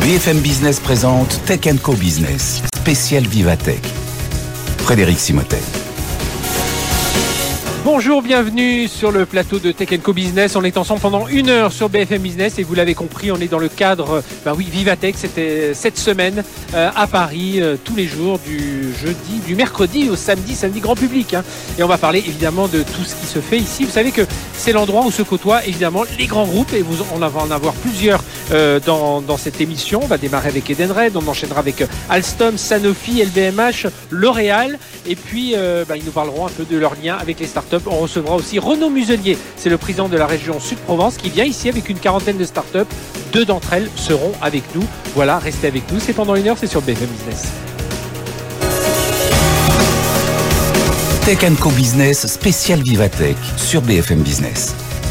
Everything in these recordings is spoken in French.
BFM Business présente Tech Co Business, spécial Vivatech. Frédéric Simotel. Bonjour, bienvenue sur le plateau de Tech Co Business. On est ensemble pendant 1 heure sur BFM Business et vous l'avez compris, on est dans le cadre, Vivatech. C'était cette semaine à Paris, tous les jours du mercredi au samedi grand public. Et on va parler évidemment de tout ce qui se fait ici. Vous savez que c'est l'endroit où se côtoient évidemment les grands groupes et on va en avoir plusieurs dans cette émission. On va démarrer avec Edenred, on enchaînera avec Alstom, Sanofi, LVMH, L'Oréal et puis ils nous parleront un peu de leur lien avec les startups. On recevra aussi Renaud Muselier, c'est le président de la région Sud-Provence qui vient ici avec une quarantaine de startups. 2 d'entre elles seront avec nous. Voilà, restez avec nous, c'est pendant 1 heure, c'est sur BFM Business. Tech Co Business spécial Vivatech sur BFM Business.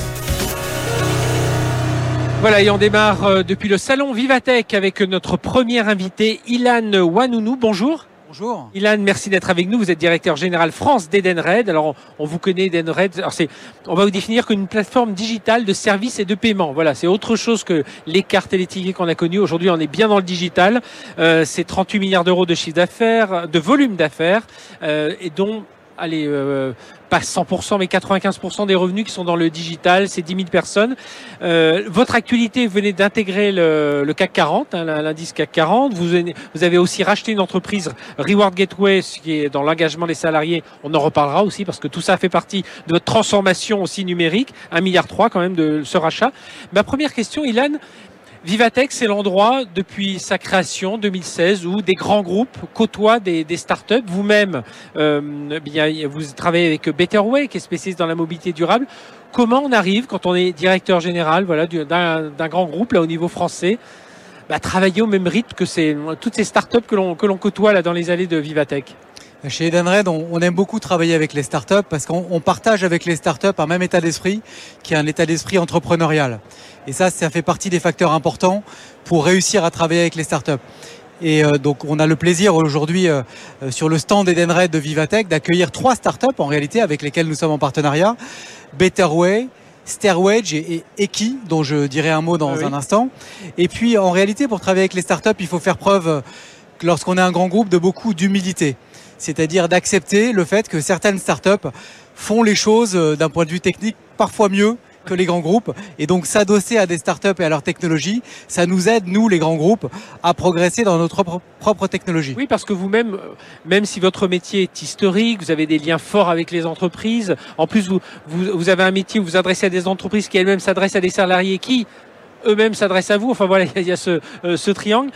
Voilà, et on démarre depuis le salon Vivatech avec notre premier invité, Ilan Ouanounou. Bonjour. Bonjour. Ilan, merci d'être avec nous. Vous êtes directeur général France d'Edenred. Alors, on vous connaît Edenred. Alors, on va vous définir comme une plateforme digitale de services et de paiement. Voilà, c'est autre chose que les cartes et les tickets qu'on a connus. Aujourd'hui, on est bien dans le digital. C'est 38 milliards d'euros de chiffre d'affaires, de volume d'affaires, et dont pas 100%, mais 95% des revenus qui sont dans le digital, c'est 10 000 personnes. Votre actualité, vous venez d'intégrer le CAC 40, l'indice CAC 40. Vous avez aussi racheté une entreprise, Reward Gateway, qui est dans l'engagement des salariés. On en reparlera aussi parce que tout ça fait partie de votre transformation aussi numérique. 1,3 milliard quand même de ce rachat. Ma première question, Ilan, Vivatech, c'est l'endroit depuis sa création 2016 où des grands groupes côtoient des startups. Vous-même, vous travaillez avec Betterway, qui est spécialiste dans la mobilité durable. Comment on arrive, quand on est directeur général, d'un grand groupe là au niveau français, travailler au même rythme que toutes ces startups que l'on côtoie là dans les allées de Vivatech? Chez Edenred, on aime beaucoup travailler avec les startups parce qu'on partage avec les startups un même état d'esprit, qui est un état d'esprit entrepreneurial. Et ça fait partie des facteurs importants pour réussir à travailler avec les startups. Et donc, on a le plaisir aujourd'hui sur le stand Edenred de Vivatech d'accueillir 3 startups en réalité avec lesquelles nous sommes en partenariat. Betterway, Stairwedge et Eki, dont je dirai un mot dans un instant. Et puis, en réalité, pour travailler avec les startups, il faut faire preuve, lorsqu'on est un grand groupe, de beaucoup d'humilité. C'est-à-dire d'accepter le fait que certaines startups font les choses d'un point de vue technique parfois mieux que les grands groupes. Et donc s'adosser à des startups et à leur technologie, ça nous aide, nous les grands groupes, à progresser dans notre propre technologie. Oui, parce que vous-même, même si votre métier est historique, vous avez des liens forts avec les entreprises, en plus vous avez un métier où vous vous adressez à des entreprises qui elles-mêmes s'adressent à des salariés qui eux-mêmes s'adressent à vous. Enfin voilà, il y a ce triangle.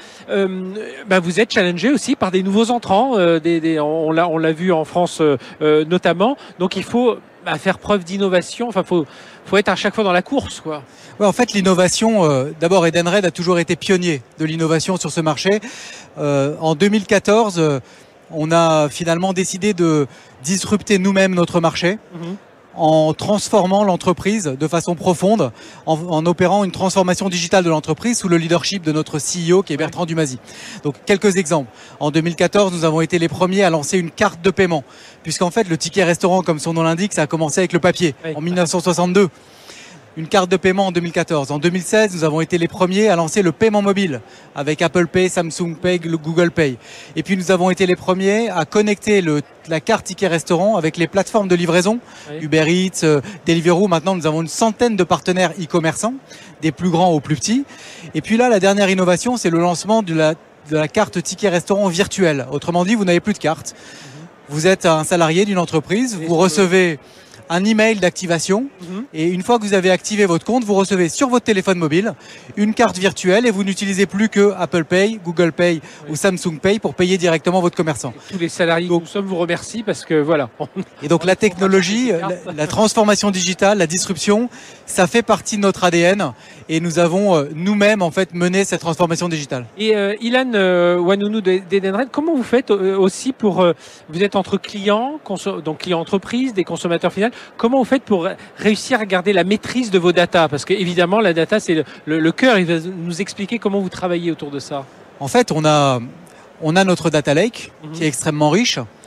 Vous êtes challengé aussi par des nouveaux entrants. On l'a vu en France notamment. Donc il faut faire preuve d'innovation. Enfin, faut être à chaque fois dans la course, quoi. Ouais, en fait, l'innovation. D'abord, Edenred a toujours été pionnier de l'innovation sur ce marché. En 2014, on a finalement décidé de disrupter nous-mêmes notre marché. En transformant l'entreprise de façon profonde, en opérant une transformation digitale de l'entreprise sous le leadership de notre CEO qui est Bertrand Dumazy. Donc quelques exemples. En 2014, nous avons été les premiers à lancer une carte de paiement, puisqu'en fait le ticket restaurant, comme son nom l'indique, ça a commencé avec le papier en 1962. Une carte de paiement en 2014. En 2016, nous avons été les premiers à lancer le paiement mobile avec Apple Pay, Samsung Pay, Google Pay. Et puis nous avons été les premiers à connecter la carte ticket restaurant avec les plateformes de livraison, Uber Eats, Deliveroo. Maintenant, nous avons une centaine de partenaires e-commerçants, des plus grands aux plus petits. Et puis là, la dernière innovation, c'est le lancement de la carte ticket restaurant virtuelle. Autrement dit, vous n'avez plus de carte. Vous êtes un salarié d'une entreprise, vous recevez un email d'activation et une fois que vous avez activé votre compte, vous recevez sur votre téléphone mobile une carte virtuelle et vous n'utilisez plus que Apple Pay, Google Pay ou Samsung Pay pour payer directement votre commerçant. Tous les salariés que nous sommes vous remercient parce que voilà. Et donc la technologie, la transformation digitale, la disruption, ça fait partie de notre ADN et nous avons nous-mêmes en fait mené cette transformation digitale. Et Ilan Ouanounou d'Edenred, comment vous faites aussi pour vous êtes entre clients, donc clients entreprises, des consommateurs finaux. Comment vous faites pour réussir à garder la maîtrise de vos datas? Parce que évidemment, la data, c'est le cœur. Il va nous expliquer comment vous travaillez autour de ça. En fait, on a notre data lake qui est extrêmement riche.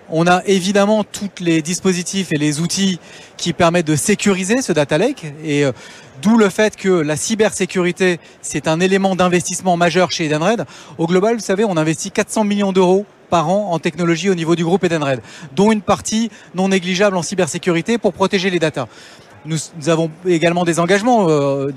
On a évidemment tous les dispositifs et les outils qui permettent de sécuriser ce data lake et d'où le fait que la cybersécurité, c'est un élément d'investissement majeur chez Edenred. Au global, vous savez, on investit 400 millions d'euros par an en technologie au niveau du groupe Edenred, dont une partie non négligeable en cybersécurité pour protéger les datas. Nous avons également des engagements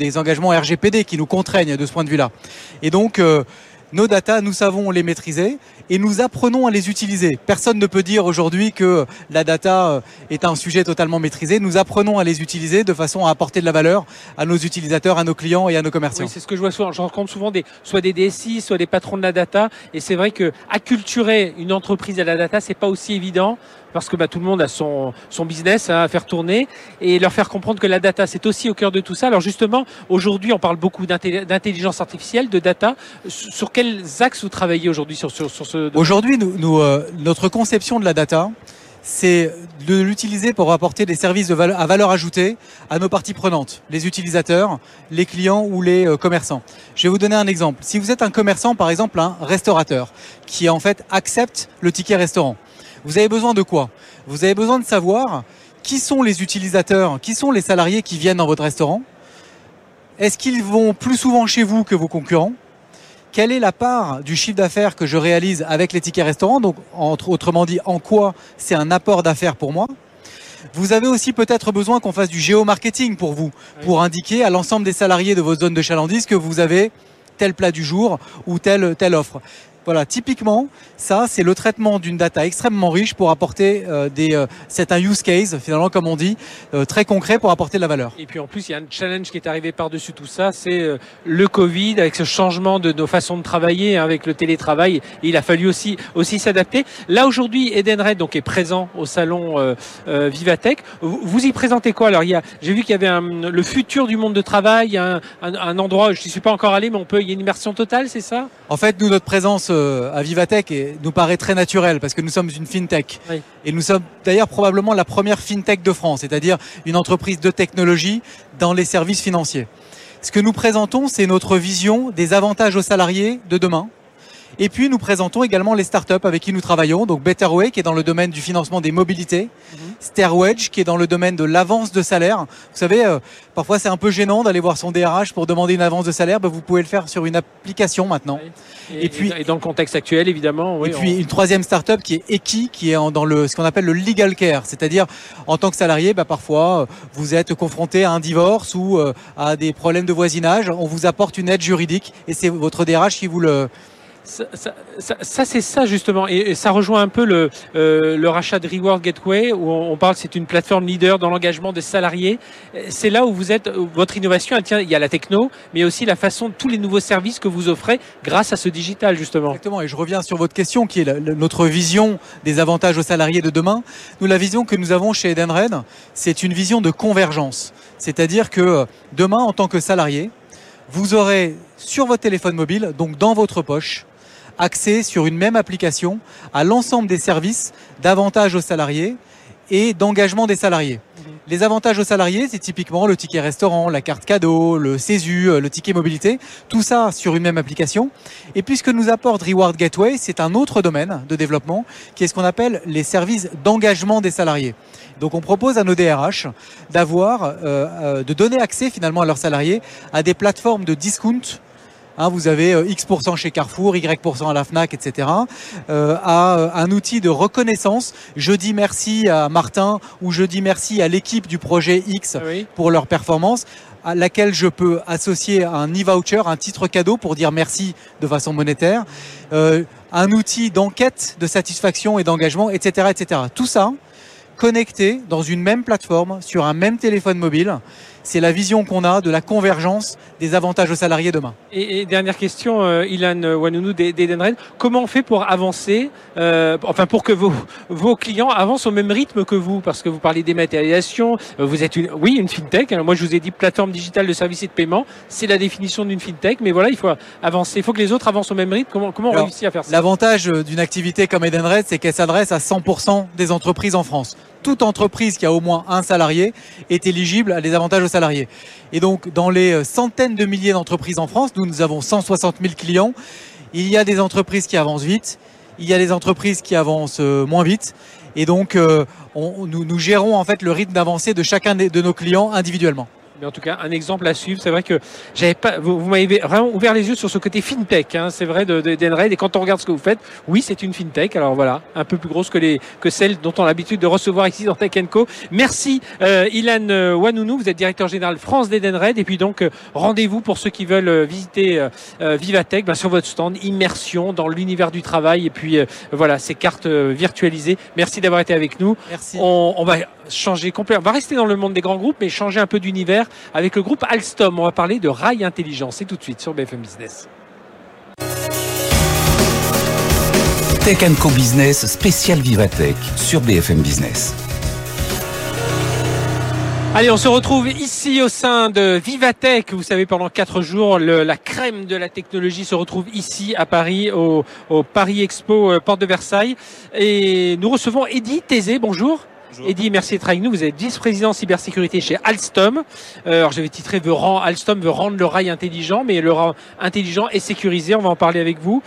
RGPD qui nous contraignent de ce point de vue-là. Et donc, nos datas, nous savons les maîtriser et nous apprenons à les utiliser. Personne ne peut dire aujourd'hui que la data est un sujet totalement maîtrisé. Nous apprenons à les utiliser de façon à apporter de la valeur à nos utilisateurs, à nos clients et à nos commerçants. Oui, c'est ce que je vois souvent. Je rencontre souvent soit des DSI, soit des patrons de la data. Et c'est vrai que acculturer une entreprise à la data, c'est pas aussi évident. Parce que tout le monde a son business à faire tourner et leur faire comprendre que la data, c'est aussi au cœur de tout ça. Alors justement, aujourd'hui, on parle beaucoup d'intelligence artificielle, de data. Sur quels axes vous travaillez aujourd'hui sur ce... Aujourd'hui, notre conception de la data, c'est de l'utiliser pour apporter des services à valeur ajoutée à nos parties prenantes, les utilisateurs, les clients ou les commerçants. Je vais vous donner un exemple. Si vous êtes un commerçant, par exemple un restaurateur, qui en fait accepte le ticket restaurant, vous avez besoin de quoi? Vous avez besoin de savoir qui sont les utilisateurs, qui sont les salariés qui viennent dans votre restaurant. Est-ce qu'ils vont plus souvent chez vous que vos concurrents? Quelle est la part du chiffre d'affaires que je réalise avec les tickets restaurants? Donc, autrement dit, en quoi c'est un apport d'affaires pour moi? Vous avez aussi peut-être besoin qu'on fasse du géomarketing pour vous, pour indiquer à l'ensemble des salariés de votre zone de chalandise que vous avez tel plat du jour ou telle offre. Voilà, typiquement, ça, c'est le traitement d'une data extrêmement riche pour apporter c'est un use case, finalement, comme on dit, très concret pour apporter de la valeur. Et puis en plus, il y a un challenge qui est arrivé par-dessus tout ça, c'est le Covid, avec ce changement de nos façons de travailler, avec le télétravail. Et il a fallu aussi s'adapter. Là, aujourd'hui, Edenred donc, est présent au salon Vivatech. Vous y présentez quoi? Alors, j'ai vu qu'il y avait le futur du monde de travail, il y a un endroit, je n'y suis pas encore allé, mais il y a une immersion totale, c'est ça? En fait, nous, notre présence à Vivatech nous paraît très naturelle parce que nous sommes une fintech. Oui. Et nous sommes d'ailleurs probablement la première fintech de France, c'est-à-dire une entreprise de technologie dans les services financiers. Ce que nous présentons, c'est notre vision des avantages aux salariés de demain. Et puis, nous présentons également les startups avec qui nous travaillons. Donc, Betterway, qui est dans le domaine du financement des mobilités. Stairwedge, qui est dans le domaine de l'avance de salaire. Vous savez, parfois, c'est un peu gênant d'aller voir son DRH pour demander une avance de salaire. Vous pouvez le faire sur une application maintenant. Oui. Et dans le contexte actuel, évidemment. Oui, et puis, une troisième startup qui est Eki, qui est dans ce qu'on appelle le legal care. C'est-à-dire, en tant que salarié, parfois, vous êtes confronté à un divorce ou à des problèmes de voisinage. On vous apporte une aide juridique et c'est votre DRH qui vous le... Ça c'est ça justement, et ça rejoint un peu le rachat de Reward Gateway où on parle, c'est une plateforme leader dans l'engagement des salariés. C'est là où vous êtes, votre innovation, elle tient, il y a la techno, mais aussi la façon, tous les nouveaux services que vous offrez grâce à ce digital justement. Exactement, et je reviens sur votre question qui est notre vision des avantages aux salariés de demain. Nous, la vision que nous avons chez Edenred, c'est une vision de convergence. C'est-à-dire que demain, en tant que salarié, vous aurez sur votre téléphone mobile, donc dans votre poche, accès sur une même application à l'ensemble des services d'avantages aux salariés et d'engagement des salariés. Les avantages aux salariés, c'est typiquement le ticket restaurant, la carte cadeau, le CESU, le ticket mobilité, tout ça sur une même application. Et puis ce que nous apporte Reward Gateway, c'est un autre domaine de développement qui est ce qu'on appelle les services d'engagement des salariés. Donc on propose à nos DRH de donner accès finalement à leurs salariés à des plateformes de discount. Vous avez X% chez Carrefour, Y% à la Fnac, etc. À un outil de reconnaissance. Je dis merci à Martin ou je dis merci à l'équipe du projet X pour leur performance, à laquelle je peux associer un e-voucher, un titre cadeau pour dire merci de façon monétaire. Un outil d'enquête, de satisfaction et d'engagement, etc., etc. Tout ça connecté dans une même plateforme, sur un même téléphone mobile. C'est la vision qu'on a de la convergence des avantages aux salariés demain. Et dernière question, Ilan Wanounou d'Edenred, comment on fait pour avancer, pour que vos clients avancent au même rythme que vous? Parce que vous parlez dématérialisation, vous êtes une fintech. Alors moi, je vous ai dit plateforme digitale de services et de paiement. C'est la définition d'une fintech, mais voilà, il faut avancer. Il faut que les autres avancent au même rythme. Comment on réussit à faire ça? L'avantage d'une activité comme Edenred, c'est qu'elle s'adresse à 100% des entreprises en France. Toute entreprise qui a au moins un salarié est éligible à des avantages aux salariés. Et donc, dans les centaines de milliers d'entreprises en France, nous avons 160 000 clients. Il y a des entreprises qui avancent vite, il y a des entreprises qui avancent moins vite. Et donc, nous gérons en fait le rythme d'avancée de chacun de nos clients individuellement. Mais en tout cas, un exemple à suivre. C'est vrai que vous m'avez vraiment ouvert les yeux sur ce côté fintech. Hein, c'est vrai d'Edenred. Et quand on regarde ce que vous faites, oui, c'est une fintech. Alors voilà, un peu plus grosse que celle dont on a l'habitude de recevoir ici dans Tech & Co. Merci, Ilan Ouanounou. Vous êtes directeur général France d'Edenred. Et puis donc, rendez-vous pour ceux qui veulent visiter Vivatech, sur votre stand, immersion dans l'univers du travail. Et puis voilà, ces cartes virtualisées. Merci d'avoir été avec nous. Merci. On va changer complètement. On va rester dans le monde des grands groupes, mais changer un peu d'univers avec le groupe Alstom. On va parler de rail intelligent. C'est tout de suite sur BFM Business. Tech & Co Business spécial Vivatech sur BFM Business. Allez, on se retrouve ici au sein de Vivatech. Vous savez, pendant 4 jours, la crème de la technologie se retrouve ici à Paris, au Paris Expo, porte de Versailles. Et nous recevons Eddy Thésée. Bonjour. Eddy, merci d'être avec nous. Vous êtes vice-président cybersécurité chez Alstom. Alors j'avais titré Alstom veut rendre le rail intelligent, mais le rail intelligent est sécurisé. On va en parler avec vous.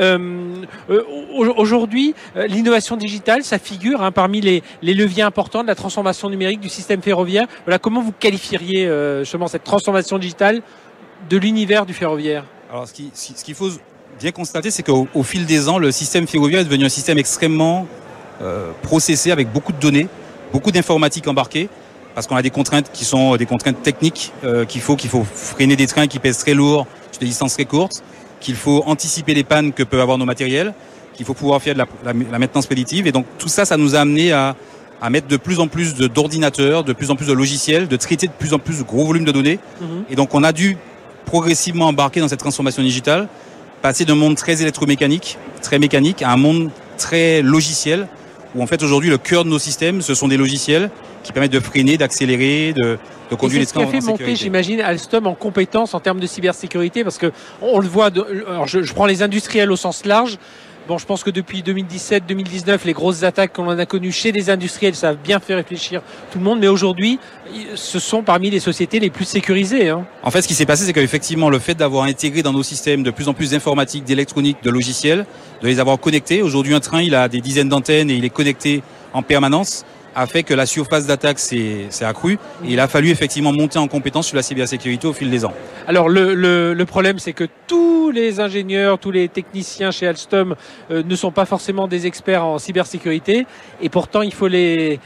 Aujourd'hui, l'innovation digitale, ça figure parmi les leviers importants de la transformation numérique du système ferroviaire. Voilà, comment vous qualifieriez justement cette transformation digitale de l'univers du ferroviaire? Alors ce qu'il faut bien constater, c'est qu'au fil des ans, le système ferroviaire est devenu un système extrêmement processé avec beaucoup de données, beaucoup d'informatique embarquée, parce qu'on a des contraintes qui sont des contraintes techniques, qu'il faut freiner des trains qui pèsent très lourd sur des distances très courtes, qu'il faut anticiper les pannes que peuvent avoir nos matériels, qu'il faut pouvoir faire de la maintenance prédictive. Et donc tout ça, ça nous a amené à mettre de plus en plus d'ordinateurs, de plus en plus de logiciels, de traiter de plus en plus de gros volumes de données. Et donc on a dû progressivement embarquer dans cette transformation digitale, passer d'un monde très électromécanique, très mécanique, à un monde très logiciel, où en fait aujourd'hui le cœur de nos systèmes, ce sont des logiciels qui permettent de freiner, d'accélérer, de conduire les trains en sécurité. C'est ce qui a fait monter, j'imagine, Alstom en compétences en termes de cybersécurité, parce que on le voit, alors je prends les industriels au sens large. Bon, je pense que depuis 2017-2019, les grosses attaques qu'on en a connues chez des industriels, ça a bien fait réfléchir tout le monde. Mais aujourd'hui, ce sont parmi les sociétés les plus sécurisées. Hein. En fait, ce qui s'est passé, c'est qu'effectivement, le fait d'avoir intégré dans nos systèmes de plus en plus d'informatique, d'électronique, de logiciels, de les avoir connectés. Aujourd'hui, un train, il a des dizaines d'antennes et il est connecté en permanence, a fait que la surface d'attaque s'est accrue. Et il a fallu effectivement monter en compétence sur la cybersécurité au fil des ans. Alors le problème, c'est que tous les ingénieurs, tous les techniciens chez Alstom ne sont pas forcément des experts en cybersécurité. Et pourtant, il faut les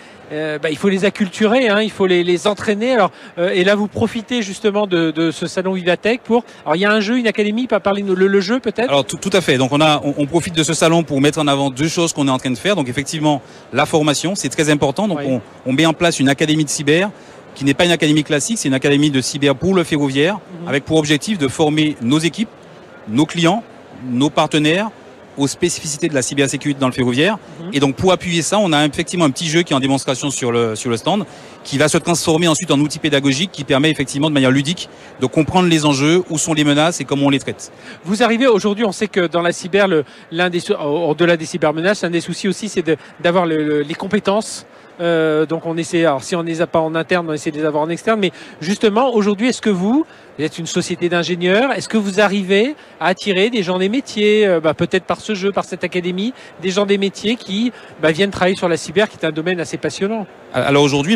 acculturer, il faut les entraîner. Alors, et là, vous profitez justement de ce salon Vivatech pour. Alors, il y a un jeu, une académie, pas parler le jeu peut-être. Alors tout à fait. Donc on profite de ce salon pour mettre en avant 2 choses qu'on est en train de faire. Donc effectivement, la formation, c'est très important. Donc oui. on met en place une académie de cyber qui n'est pas une académie classique, c'est une académie de cyber pour le ferroviaire, avec pour objectif de former nos équipes, nos clients, nos partenaires aux spécificités de la cybersécurité dans le ferroviaire. Et donc pour appuyer ça, on a effectivement un petit jeu qui est en démonstration sur le stand, qui va se transformer ensuite en outil pédagogique qui permet effectivement de manière ludique de comprendre les enjeux, où sont les menaces et comment on les traite. Vous arrivez aujourd'hui, on sait que dans la cyber, au-delà des cybermenaces, un des soucis aussi, c'est d'avoir les compétences. Donc on essaie, alors si on ne les a pas en interne, on essaie de les avoir en externe, mais justement aujourd'hui, est-ce que vous êtes une société d'ingénieurs, est-ce que vous arrivez à attirer des gens des métiers, peut-être par ce jeu, par cette académie, des gens des métiers qui viennent travailler sur la cyber, qui est un domaine assez passionnant? Alors aujourd'hui,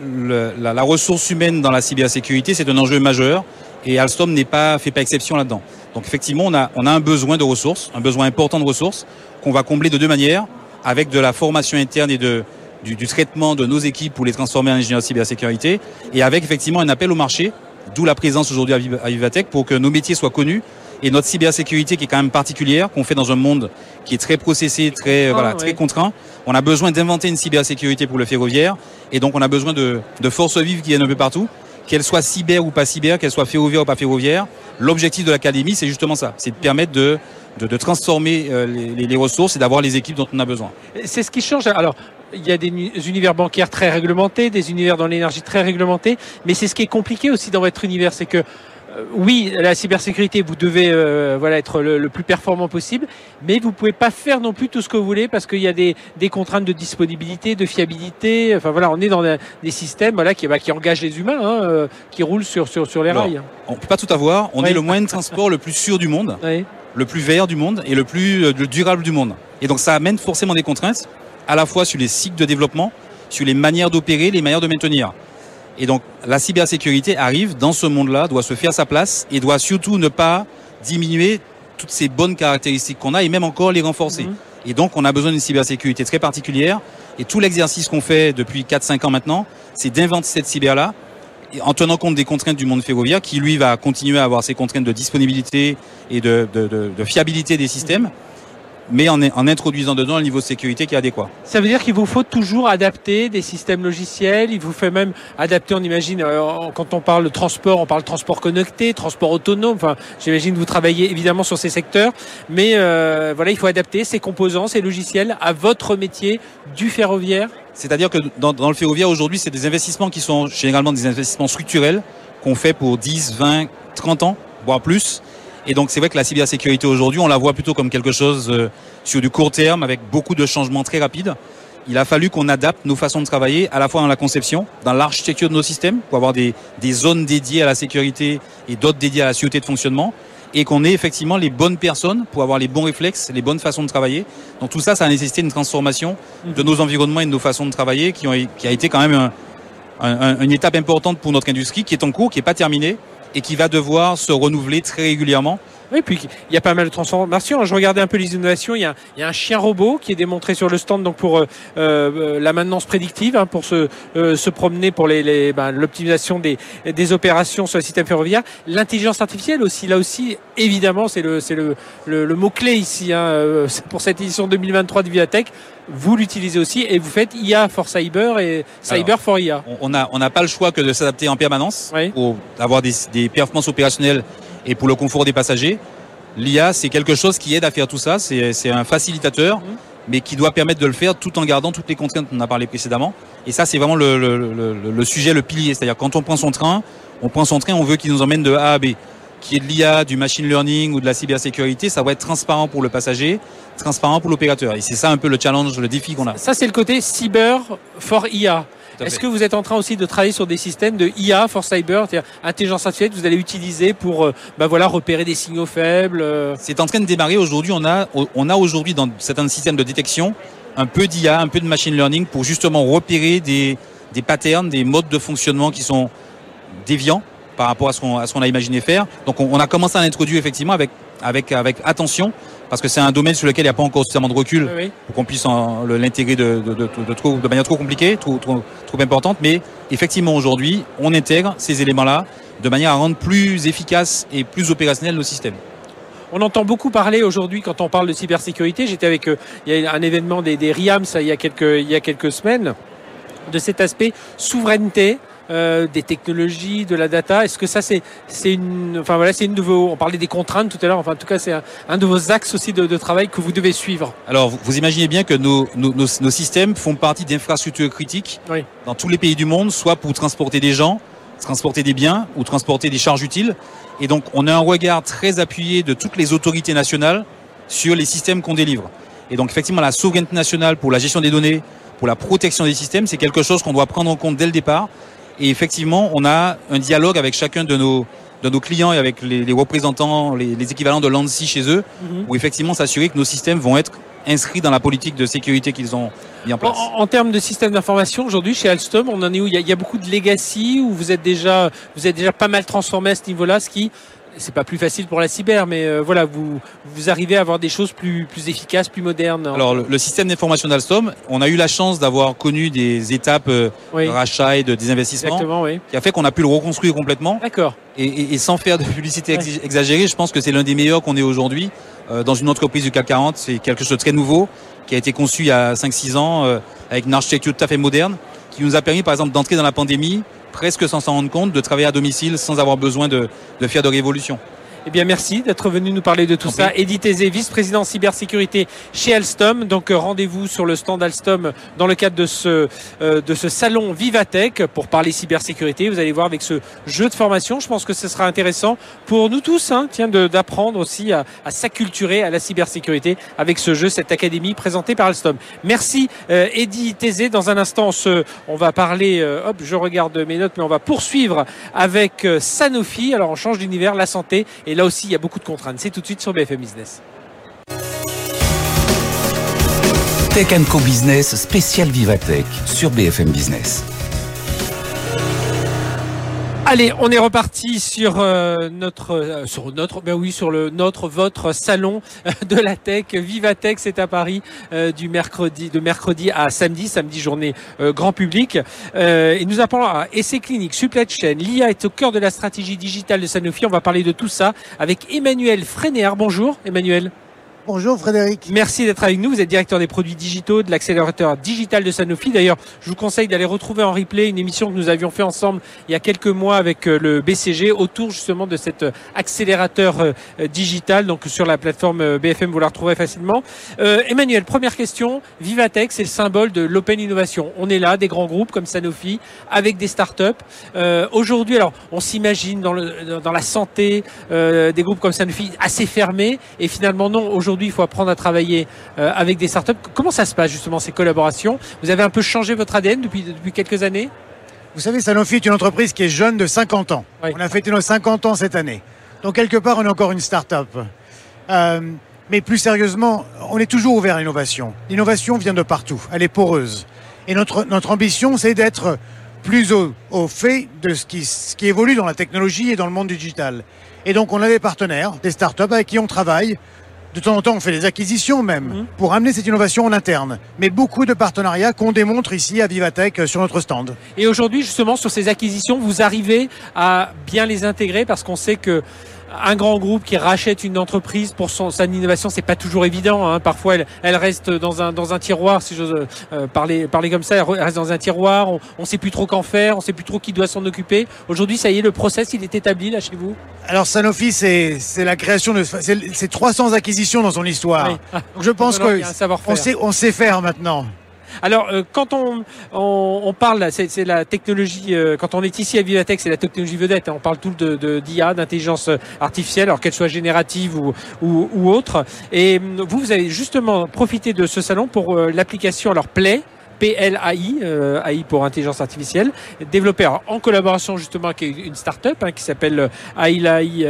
la ressource humaine dans la cybersécurité, c'est un enjeu majeur, et Alstom fait pas exception là-dedans. Donc effectivement, on a un besoin de ressources, un besoin important de ressources, qu'on va combler de 2 manières, avec de la formation interne et du traitement de nos équipes pour les transformer en ingénieurs de cybersécurité, et avec effectivement un appel au marché, d'où la présence aujourd'hui à Vivatech, pour que nos métiers soient connus, et notre cybersécurité qui est quand même particulière, qu'on fait dans un monde qui est très processé, très contraint. On a besoin d'inventer une cybersécurité pour le ferroviaire, et donc on a besoin de forces vives qui viennent un peu partout, qu'elles soient cyber ou pas cyber, qu'elles soient ferroviaires ou pas ferroviaires. L'objectif de l'académie, c'est justement ça, c'est de permettre de transformer les ressources et d'avoir les équipes dont on a besoin. C'est ce qui change. Alors, il y a des univers bancaires très réglementés, des univers dans l'énergie très réglementés, mais c'est ce qui est compliqué aussi dans votre univers, c'est que oui, la cybersécurité, vous devez être le plus performant possible, mais vous pouvez pas faire non plus tout ce que vous voulez parce qu'il y a des contraintes de disponibilité, de fiabilité. Enfin voilà, on est dans des systèmes qui engagent les humains, qui roulent sur les rails. On peut pas tout avoir. On est le moyen de transport le plus sûr du monde, le plus vert du monde et le plus durable du monde. Et donc ça amène forcément des contraintes. à la fois sur les cycles de développement, sur les manières d'opérer, les manières de maintenir. Et donc, la cybersécurité arrive dans ce monde-là, doit se faire sa place et doit surtout ne pas diminuer toutes ces bonnes caractéristiques qu'on a et même encore les renforcer. Et donc, on a besoin d'une cybersécurité très particulière. Et tout l'exercice qu'on fait depuis 4-5 ans maintenant, c'est d'inventer cette cyber-là en tenant compte des contraintes du monde ferroviaire qui, lui, va continuer à avoir ses contraintes de disponibilité et de fiabilité des systèmes, mais en introduisant dedans un niveau de sécurité qui est adéquat. Ça veut dire qu'il vous faut toujours adapter des systèmes logiciels, il vous fait même adapter, on imagine, quand on parle de transport, on parle de transport connecté, transport autonome, enfin, j'imagine que vous travaillez évidemment sur ces secteurs, mais voilà, il faut adapter ces composants, ces logiciels à votre métier du ferroviaire. C'est-à-dire que dans le ferroviaire aujourd'hui, c'est des investissements qui sont généralement des investissements structurels qu'on fait pour 10, 20, 30 ans, voire plus. Et donc c'est vrai que la cybersécurité aujourd'hui, on la voit plutôt comme quelque chose sur du court terme avec beaucoup de changements très rapides. Il a fallu qu'on adapte nos façons de travailler à la fois dans la conception, dans l'architecture de nos systèmes pour avoir des zones dédiées à la sécurité et d'autres dédiées à la sûreté de fonctionnement et qu'on ait effectivement les bonnes personnes pour avoir les bons réflexes, les bonnes façons de travailler. Donc tout ça, ça a nécessité une transformation de nos environnements et de nos façons de travailler qui a été quand même une étape importante pour notre industrie qui est en cours, qui n'est pas terminée et qui va devoir se renouveler très régulièrement. Oui, puis il y a pas mal de transformations. Je regardais un peu les innovations. Il y a un chien robot qui est démontré sur le stand, donc pour la maintenance prédictive, hein, pour se promener pour l'optimisation des opérations sur le système ferroviaire. L'intelligence artificielle aussi, là aussi, évidemment, c'est le mot clé ici, hein, pour cette édition 2023 de Vivatech. Vous l'utilisez aussi et vous faites IA for Cyber et Cyber for IA. On n'a pas le choix que de s'adapter en permanence pour avoir des performances opérationnelles et pour le confort des passagers. L'IA, c'est quelque chose qui aide à faire tout ça. C'est un facilitateur, mais qui doit permettre de le faire tout en gardant toutes les contraintes dont on a parlé précédemment. Et ça, c'est vraiment le sujet, le pilier. C'est-à-dire quand on prend son train, on veut qu'il nous emmène de A à B. Qui est de l'IA, du machine learning ou de la cybersécurité, ça va être transparent pour le passager, transparent pour l'opérateur. Et c'est ça un peu le challenge, le défi qu'on a. Ça, c'est le côté cyber for IA. Est-ce que vous êtes en train aussi de travailler sur des systèmes de IA for Cyber, c'est-à-dire intelligence artificielle que vous allez utiliser pour repérer des signaux faibles C'est en train de démarrer aujourd'hui. On a aujourd'hui dans certains systèmes de détection un peu d'IA, un peu de machine learning pour justement repérer des patterns, des modes de fonctionnement qui sont déviants par rapport à ce qu'on a imaginé faire. Donc on a commencé à l'introduire effectivement avec attention, parce que c'est un domaine sur lequel il n'y a pas encore suffisamment de recul pour qu'on puisse l'intégrer de manière trop compliquée, trop importante. Mais effectivement aujourd'hui, on intègre ces éléments-là de manière à rendre plus efficace et plus opérationnel nos systèmes. On entend beaucoup parler aujourd'hui quand on parle de cybersécurité. J'étais avec il y a un événement des RIAM il y a quelques semaines, de cet aspect souveraineté. Des technologies, de la data. Est-ce que ça c'est une de vos, on parlait des contraintes tout à l'heure, enfin en tout cas c'est un de vos axes aussi de travail que vous devez suivre. Alors vous imaginez bien que nos systèmes font partie d'infrastructures critiques dans tous les pays du monde, soit pour transporter des gens, transporter des biens ou transporter des charges utiles. Et donc on a un regard très appuyé de toutes les autorités nationales sur les systèmes qu'on délivre. Et donc effectivement la souveraineté nationale pour la gestion des données, pour la protection des systèmes, c'est quelque chose qu'on doit prendre en compte dès le départ. Et effectivement, on a un dialogue avec chacun de nos clients et avec les représentants, les équivalents de l'ANSSI chez eux, où effectivement s'assurer que nos systèmes vont être inscrits dans la politique de sécurité qu'ils ont mis en place. En termes de système d'information, aujourd'hui chez Alstom, on en est où ? Il y a beaucoup de legacy, ou vous êtes déjà pas mal transformé à ce niveau-là, ce qui c'est pas plus facile pour la cyber, mais voilà, vous arrivez à avoir des choses plus efficaces, plus modernes. Alors le système d'information d'Alstom, on a eu la chance d'avoir connu des étapes de rachat et de désinvestissement, qui a fait qu'on a pu le reconstruire complètement. D'accord. Et sans faire de publicité exagérée, je pense que c'est l'un des meilleurs qu'on ait aujourd'hui dans une entreprise du CAC 40. C'est quelque chose de très nouveau qui a été conçu il y a 5-6 ans avec une architecture tout à fait moderne, qui nous a permis par exemple d'entrer dans la pandémie presque sans s'en rendre compte, de travailler à domicile sans avoir besoin de faire de révolution. Eh bien, merci d'être venu nous parler de tout ça. Eddy Thésée, vice-président cybersécurité chez Alstom. Donc, rendez-vous sur le stand Alstom dans le cadre de ce salon Vivatech pour parler cybersécurité. Vous allez voir avec ce jeu de formation. Je pense que ce sera intéressant pour nous tous, d'apprendre aussi à s'acculturer à la cybersécurité avec ce jeu, cette académie présentée par Alstom. Merci, Eddy Thésée. Dans un instant, on va parler, je regarde mes notes, mais on va poursuivre avec Sanofi. Alors, on change d'univers, la santé. Et là aussi, il y a beaucoup de contraintes. C'est tout de suite sur BFM Business. Tech & Co Business spécial Vivatech sur BFM Business. Allez, on est reparti sur votre salon de la tech. Vivatech, c'est à Paris de mercredi à samedi journée grand public. Et nous appelons à Essai Clinique, Supply Chain. L'IA est au cœur de la stratégie digitale de Sanofi. On va parler de tout ça avec Emmanuel Freinéard. Bonjour Emmanuel. Bonjour Frédéric. Merci d'être avec nous. Vous êtes directeur des produits digitaux de l'accélérateur digital de Sanofi. D'ailleurs, je vous conseille d'aller retrouver en replay une émission que nous avions fait ensemble il y a quelques mois avec le BCG autour justement de cet accélérateur digital. Donc sur la plateforme BFM, vous la retrouverez facilement. Emmanuel, première question. Vivatech, c'est le symbole de l'open innovation. On est là, des grands groupes comme Sanofi, avec des startups. Aujourd'hui, alors on s'imagine dans la santé des groupes comme Sanofi assez fermés, et finalement non. Aujourd'hui, il faut apprendre à travailler avec des startups. Comment ça se passe justement ces collaborations? Vous avez un peu changé votre ADN depuis quelques années? Vous savez, Sanofi est une entreprise qui est jeune de 50 ans. Oui. On a fêté nos 50 ans cette année. Donc quelque part, on est encore une start-up. Mais plus sérieusement, on est toujours ouvert à l'innovation. L'innovation vient de partout. Elle est poreuse. Et notre ambition, c'est d'être plus au fait de ce qui évolue dans la technologie et dans le monde digital. Et donc, on a des partenaires, des start-up avec qui on travaille. De temps en temps, on fait des acquisitions même pour amener cette innovation en interne. Mais beaucoup de partenariats qu'on démontre ici à Vivatech sur notre stand. Et aujourd'hui, justement, sur ces acquisitions, vous arrivez à bien les intégrer parce qu'on sait que un grand groupe qui rachète une entreprise pour son innovation, c'est pas toujours évident. Hein. Parfois, elle reste dans un tiroir, si j'ose parler comme ça. Elle reste dans un tiroir. On sait plus trop qu'en faire. On sait plus trop qui doit s'en occuper. Aujourd'hui, ça y est, le process, il est établi là chez vous. Alors Sanofi, c'est la création c'est 300 acquisitions dans son histoire. Oui. Donc, je pense qu'on sait faire maintenant. Alors, quand on parle, c'est la technologie, quand on est ici à Vivatech, c'est la technologie vedette. Hein, on parle tout d'IA, d'intelligence artificielle, alors qu'elle soit générative ou autre. Et vous avez justement profité de ce salon pour l'application, alors Play, PLAI, AI pour intelligence artificielle, développée en collaboration justement avec une start-up qui s'appelle AI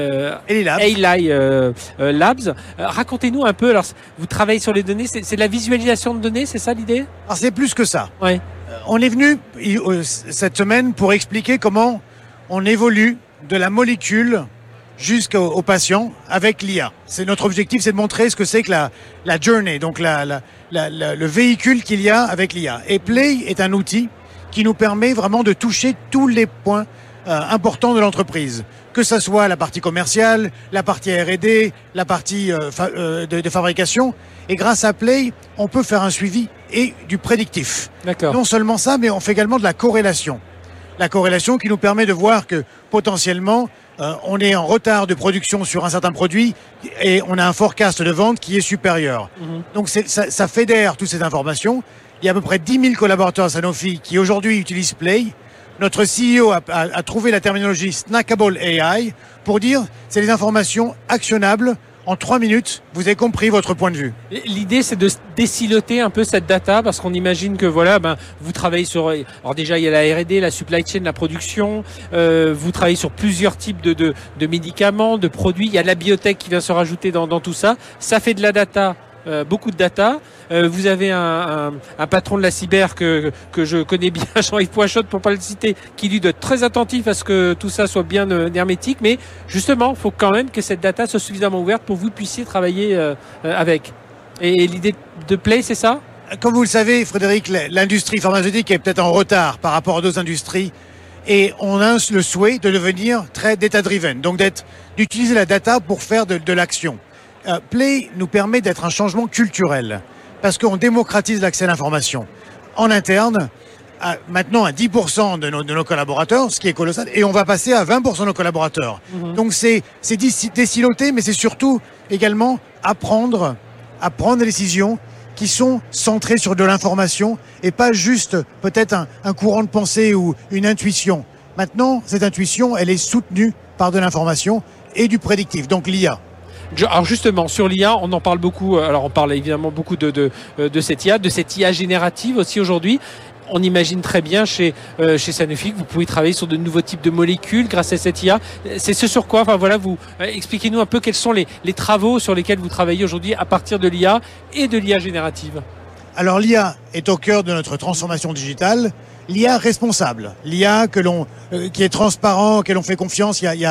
Labs. Racontez-nous un peu, alors vous travaillez sur les données, c'est de la visualisation de données, c'est ça l'idée? Alors c'est plus que ça. Ouais. On est venu cette semaine pour expliquer comment on évolue de la molécule jusqu'au patient avec l'IA. C'est notre objectif, c'est de montrer ce que c'est que la journey, donc le véhicule qu'il y a avec l'IA. Et Play est un outil qui nous permet vraiment de toucher tous les points importants de l'entreprise, que ce soit la partie commerciale, la partie R&D, la partie de fabrication. Et grâce à Play, on peut faire un suivi et du prédictif. D'accord. Non seulement ça, mais on fait également de la corrélation. La corrélation qui nous permet de voir que potentiellement on est en retard de production sur un certain produit et on a un forecast de vente qui est supérieur. Donc ça fédère toutes ces informations. Il y a à peu près 10 000 collaborateurs à Sanofi qui aujourd'hui utilisent Play. Notre CEO a trouvé la terminologie Snackable AI pour dire c'est des informations actionnables. En 3 minutes, vous avez compris votre point de vue. L'idée, c'est de désiloter un peu cette data parce qu'on imagine que vous travaillez sur. Alors déjà, il y a la R&D, la supply chain, la production. Vous travaillez sur plusieurs types de médicaments, de produits. Il y a de la biotech qui vient se rajouter dans tout ça. Ça fait de la data. Beaucoup de data. Vous avez un patron de la cyber que je connais bien, Jean-Yves Poinchot, pour pas le citer, qui lui doit être très attentif à ce que tout ça soit bien hermétique. Mais justement, il faut quand même que cette data soit suffisamment ouverte pour que vous puissiez travailler avec. Et l'idée de Play, c'est ça? Comme vous le savez, Frédéric, l'industrie pharmaceutique est peut-être en retard par rapport à d'autres industries. Et on a le souhait de devenir très data-driven, donc d'utiliser la data pour faire de l'action. Play nous permet d'être un changement culturel parce qu'on démocratise l'accès à l'information. En interne, maintenant à 10% de nos collaborateurs, ce qui est colossal, et on va passer à 20% de nos collaborateurs. Donc c'est désiloter, mais c'est surtout également à prendre des décisions qui sont centrées sur de l'information et pas juste peut-être un courant de pensée ou une intuition. Cette intuition, elle est soutenue par de l'information et du prédictif, donc l'IA. Alors justement, sur l'IA, on en parle beaucoup. Alors on parle évidemment beaucoup de cette IA générative aussi aujourd'hui. On imagine très bien chez Sanofi que vous pouvez travailler sur de nouveaux types de molécules grâce à cette IA. C'est ce sur quoi, expliquez-nous un peu quels sont les travaux sur lesquels vous travaillez aujourd'hui à partir de l'IA et de l'IA générative. Alors l'IA est au cœur de notre transformation digitale. L'IA responsable, l'IA qui est transparent, auquel on fait confiance, il y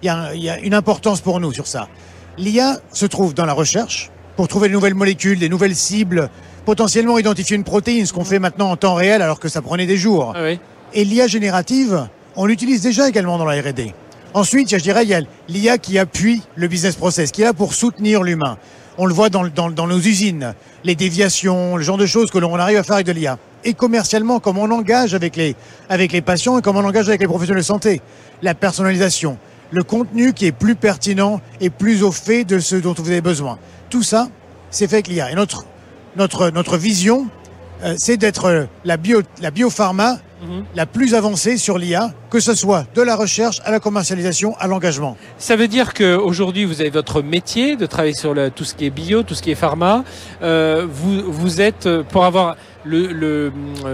a une importance pour nous sur ça. L'IA se trouve dans la recherche pour trouver de nouvelles molécules, des nouvelles cibles, potentiellement identifier une protéine, ce qu'on fait maintenant en temps réel alors que ça prenait des jours. Ah oui. Et l'IA générative, on l'utilise déjà également dans la R&D. Ensuite, je dirais, il y a l'IA qui appuie le business process, qui est là pour soutenir l'humain. On le voit dans nos usines, les déviations, le genre de choses que l'on arrive à faire avec de l'IA. Et commercialement, comme on engage avec les patients et comme on engage avec les professionnels de santé. La personnalisation, le contenu qui est plus pertinent et plus au fait de ce dont vous avez besoin. Tout ça, c'est fait avec l'IA. Et notre vision, c'est d'être la biopharma la plus avancée sur l'IA, que ce soit de la recherche à la commercialisation, à l'engagement. Ça veut dire qu'aujourd'hui, vous avez votre métier de travailler sur tout ce qui est bio, tout ce qui est pharma. Vous êtes, pour avoir le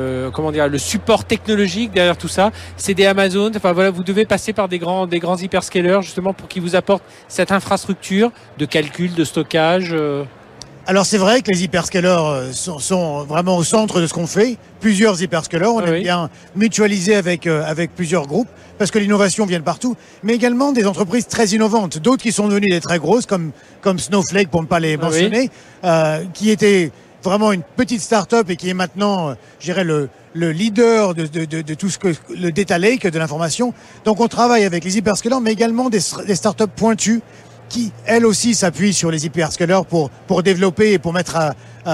support technologique derrière tout ça, c'est des Amazon. Enfin voilà, vous devez passer par des grands hyperscalers justement pour qu'ils vous apportent cette infrastructure de calcul, de stockage. Alors c'est vrai que les hyperscalers sont vraiment au centre de ce qu'on fait. Plusieurs hyperscalers, on aime bien mutualiser avec plusieurs groupes parce que l'innovation vient de partout, mais également des entreprises très innovantes, d'autres qui sont devenues des très grosses comme Snowflake pour ne pas les mentionner, qui était vraiment une petite start-up et qui est maintenant, je dirais, le leader de tout ce que le data lake de l'information. Donc on travaille avec les hyperscalers, mais également des start-up pointues qui, elles aussi, s'appuient sur les hyperscalers pour développer et pour mettre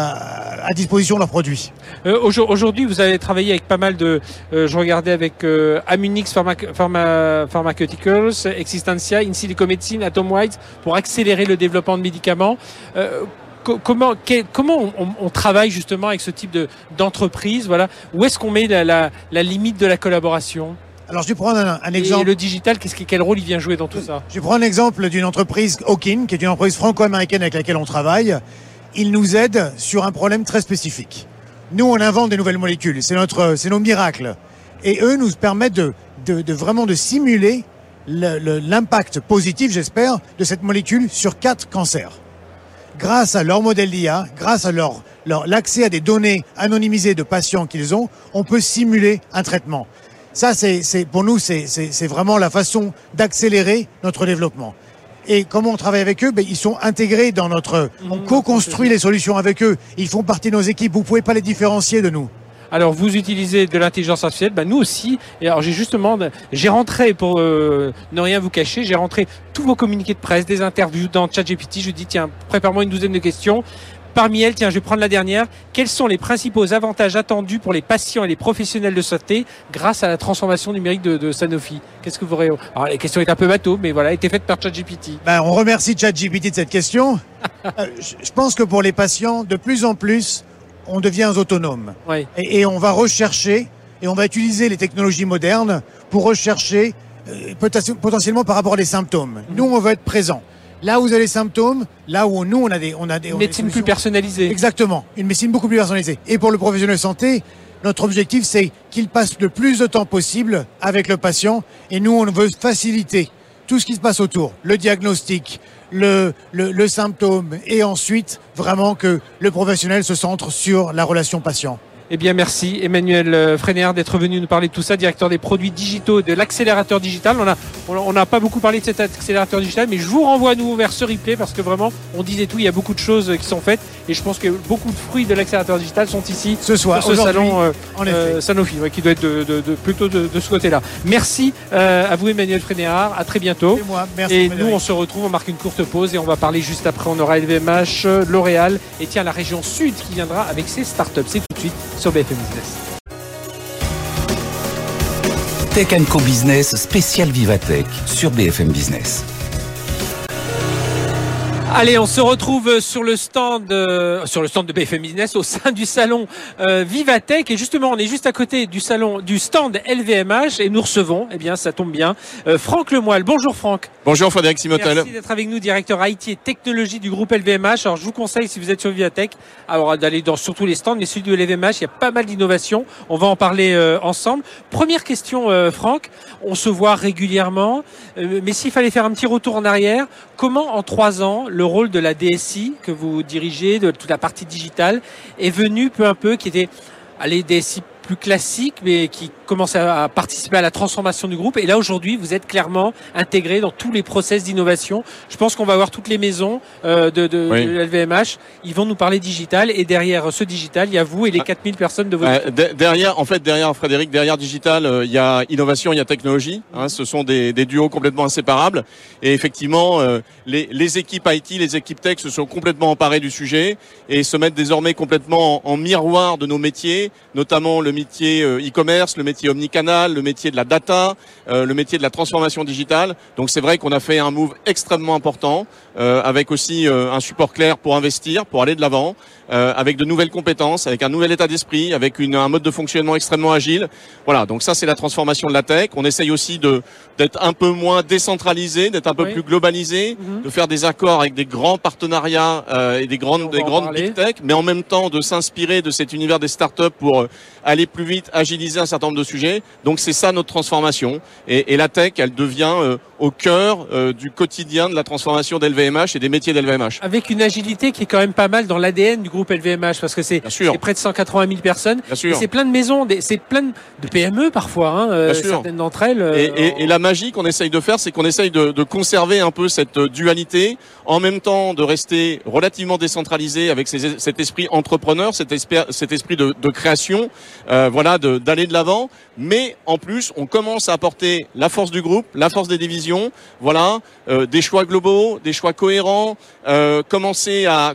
à disposition leurs produits. Aujourd'hui, vous avez travaillé avec pas mal de... je regardais avec Amunix Pharmaceuticals, Existencia, In Silico Medicine, Atomwise, pour accélérer le développement de médicaments. Comment on travaille justement avec ce type d'entreprise, voilà. Où est-ce qu'on met la limite de la collaboration ? Alors, je vais prendre un exemple. Et le digital, quel rôle il vient jouer dans tout ça ? Je vais prendre un exemple d'une entreprise, Hawkin, qui est une entreprise franco-américaine avec laquelle on travaille. Ils nous aident sur un problème très spécifique. Nous, on invente des nouvelles molécules. C'est nos miracles. Et eux nous permettent de vraiment de simuler l'impact positif, j'espère, de cette molécule sur 4 cancers. Grâce à leur modèle d'IA, grâce à l'accès à des données anonymisées de patients qu'ils ont, on peut simuler un traitement. Ça, pour nous, c'est vraiment la façon d'accélérer notre développement. Et comment on travaille avec eux ? Ils sont intégrés dans on co-construit les solutions avec eux. Ils font partie de nos équipes. Vous pouvez pas les différencier de nous. Alors, vous utilisez de l'intelligence artificielle, nous aussi. Et alors, j'ai rentré, pour ne rien vous cacher, j'ai rentré tous vos communiqués de presse, des interviews dans ChatGPT. Je lui dis, tiens, prépare-moi une douzaine de questions. Parmi elles, tiens, je vais prendre la dernière. Quels sont les principaux avantages attendus pour les patients et les professionnels de santé grâce à la transformation numérique de Sanofi ? Qu'est-ce que vous aurez... Alors, la question est un peu bateau, mais voilà, elle a été faite par ChatGPT. On remercie ChatGPT de cette question. Je pense que pour les patients, de plus en plus, on devient autonome. Oui. Et on va rechercher, et on va utiliser les technologies modernes pour rechercher potentiellement par rapport à des symptômes. Nous, on va être présents. Là où vous avez les symptômes, là où nous, on a des une médecine plus personnalisée. Exactement. Une médecine beaucoup plus personnalisée. Et pour le professionnel de santé, notre objectif, c'est qu'il passe le plus de temps possible avec le patient. Et nous, on veut faciliter tout ce qui se passe autour. Le diagnostic, le symptôme. Et ensuite, vraiment que le professionnel se centre sur la relation patient. Eh bien, merci Emmanuel Freinéard d'être venu nous parler de tout ça, directeur des produits digitaux de l'accélérateur digital. On n'a pas beaucoup parlé de cet accélérateur digital, mais je vous renvoie à nouveau vers ce replay parce que vraiment, on disait tout, il y a beaucoup de choses qui sont faites et je pense que beaucoup de fruits de l'accélérateur digital sont ici ce soir, sur ce salon Sanofi, qui doit être plutôt de ce côté-là. Merci à vous Emmanuel Freinéard, à très bientôt. C'est moi, merci. Et nous, on se retrouve, on marque une courte pause et on va parler juste après. On aura LVMH, L'Oréal et tiens, la région sud qui viendra avec ses startups. C'est tout de suite sur BFM Business. Tech & Co Business spécial Vivatech sur BFM Business. Allez, on se retrouve sur le stand de BFM Business au sein du salon Vivatech et justement on est juste à côté du stand LVMH et nous recevons, ça tombe bien, Franck Lemoyle. Bonjour Franck. Bonjour Frédéric Simotel. Merci d'être avec nous, directeur IT et technologie du groupe LVMH. Alors je vous conseille, si vous êtes sur Vivatech, d'aller sur tous les stands, mais celui de LVMH, il y a pas mal d'innovations. On va en parler ensemble. Première question Franck, on se voit régulièrement, mais s'il fallait faire un petit retour en arrière, comment en 3 ans le rôle de la DSI que vous dirigez, de toute la partie digitale, est venu peu à peu, qui était DSI plus classique, mais qui commence à participer à la transformation du groupe. Et là, aujourd'hui, vous êtes clairement intégré dans tous les process d'innovation. Je pense qu'on va voir toutes les maisons de LVMH. Ils vont nous parler digital. Et derrière ce digital, il y a vous et les 4000 personnes de votre équipe. Derrière Frédéric, derrière digital, il y a innovation, il y a technologie. Ce sont des duos complètement inséparables. Et effectivement, les équipes IT, les équipes tech se sont complètement emparées du sujet et se mettent désormais complètement en miroir de nos métiers, notamment le métier e-commerce, le métier omnicanal, le métier de la data, le métier de la transformation digitale. Donc c'est vrai qu'on a fait un move extrêmement important, avec aussi un support clair pour investir, pour aller de l'avant, avec de nouvelles compétences, avec un nouvel état d'esprit, avec un mode de fonctionnement extrêmement agile. Voilà, donc ça c'est la transformation de la tech. On essaye aussi d'être un peu moins décentralisé, d'être un peu plus globalisé, de faire des accords avec des grands partenariats et des grandes big tech, mais en même temps de s'inspirer de cet univers des startups pour aller plus vite, agiliser un certain nombre de sujets. Donc c'est ça notre transformation. Et la tech, elle devient au cœur du quotidien de la transformation d'LVMH et des métiers d'LVMH. Avec une agilité qui est quand même pas mal dans l'ADN du groupe LVMH, parce que c'est près de 180 000 personnes. Et c'est plein de maisons, c'est plein de PME parfois, certaines d'entre elles. Et la magie qu'on essaye de faire, c'est qu'on essaye de conserver un peu cette dualité, en même temps de rester relativement décentralisé avec cet esprit entrepreneur, cet esprit de création, d'aller de l'avant. Mais en plus, on commence à apporter la force du groupe, la force des divisions, des choix globaux, des choix cohérents, commencer à,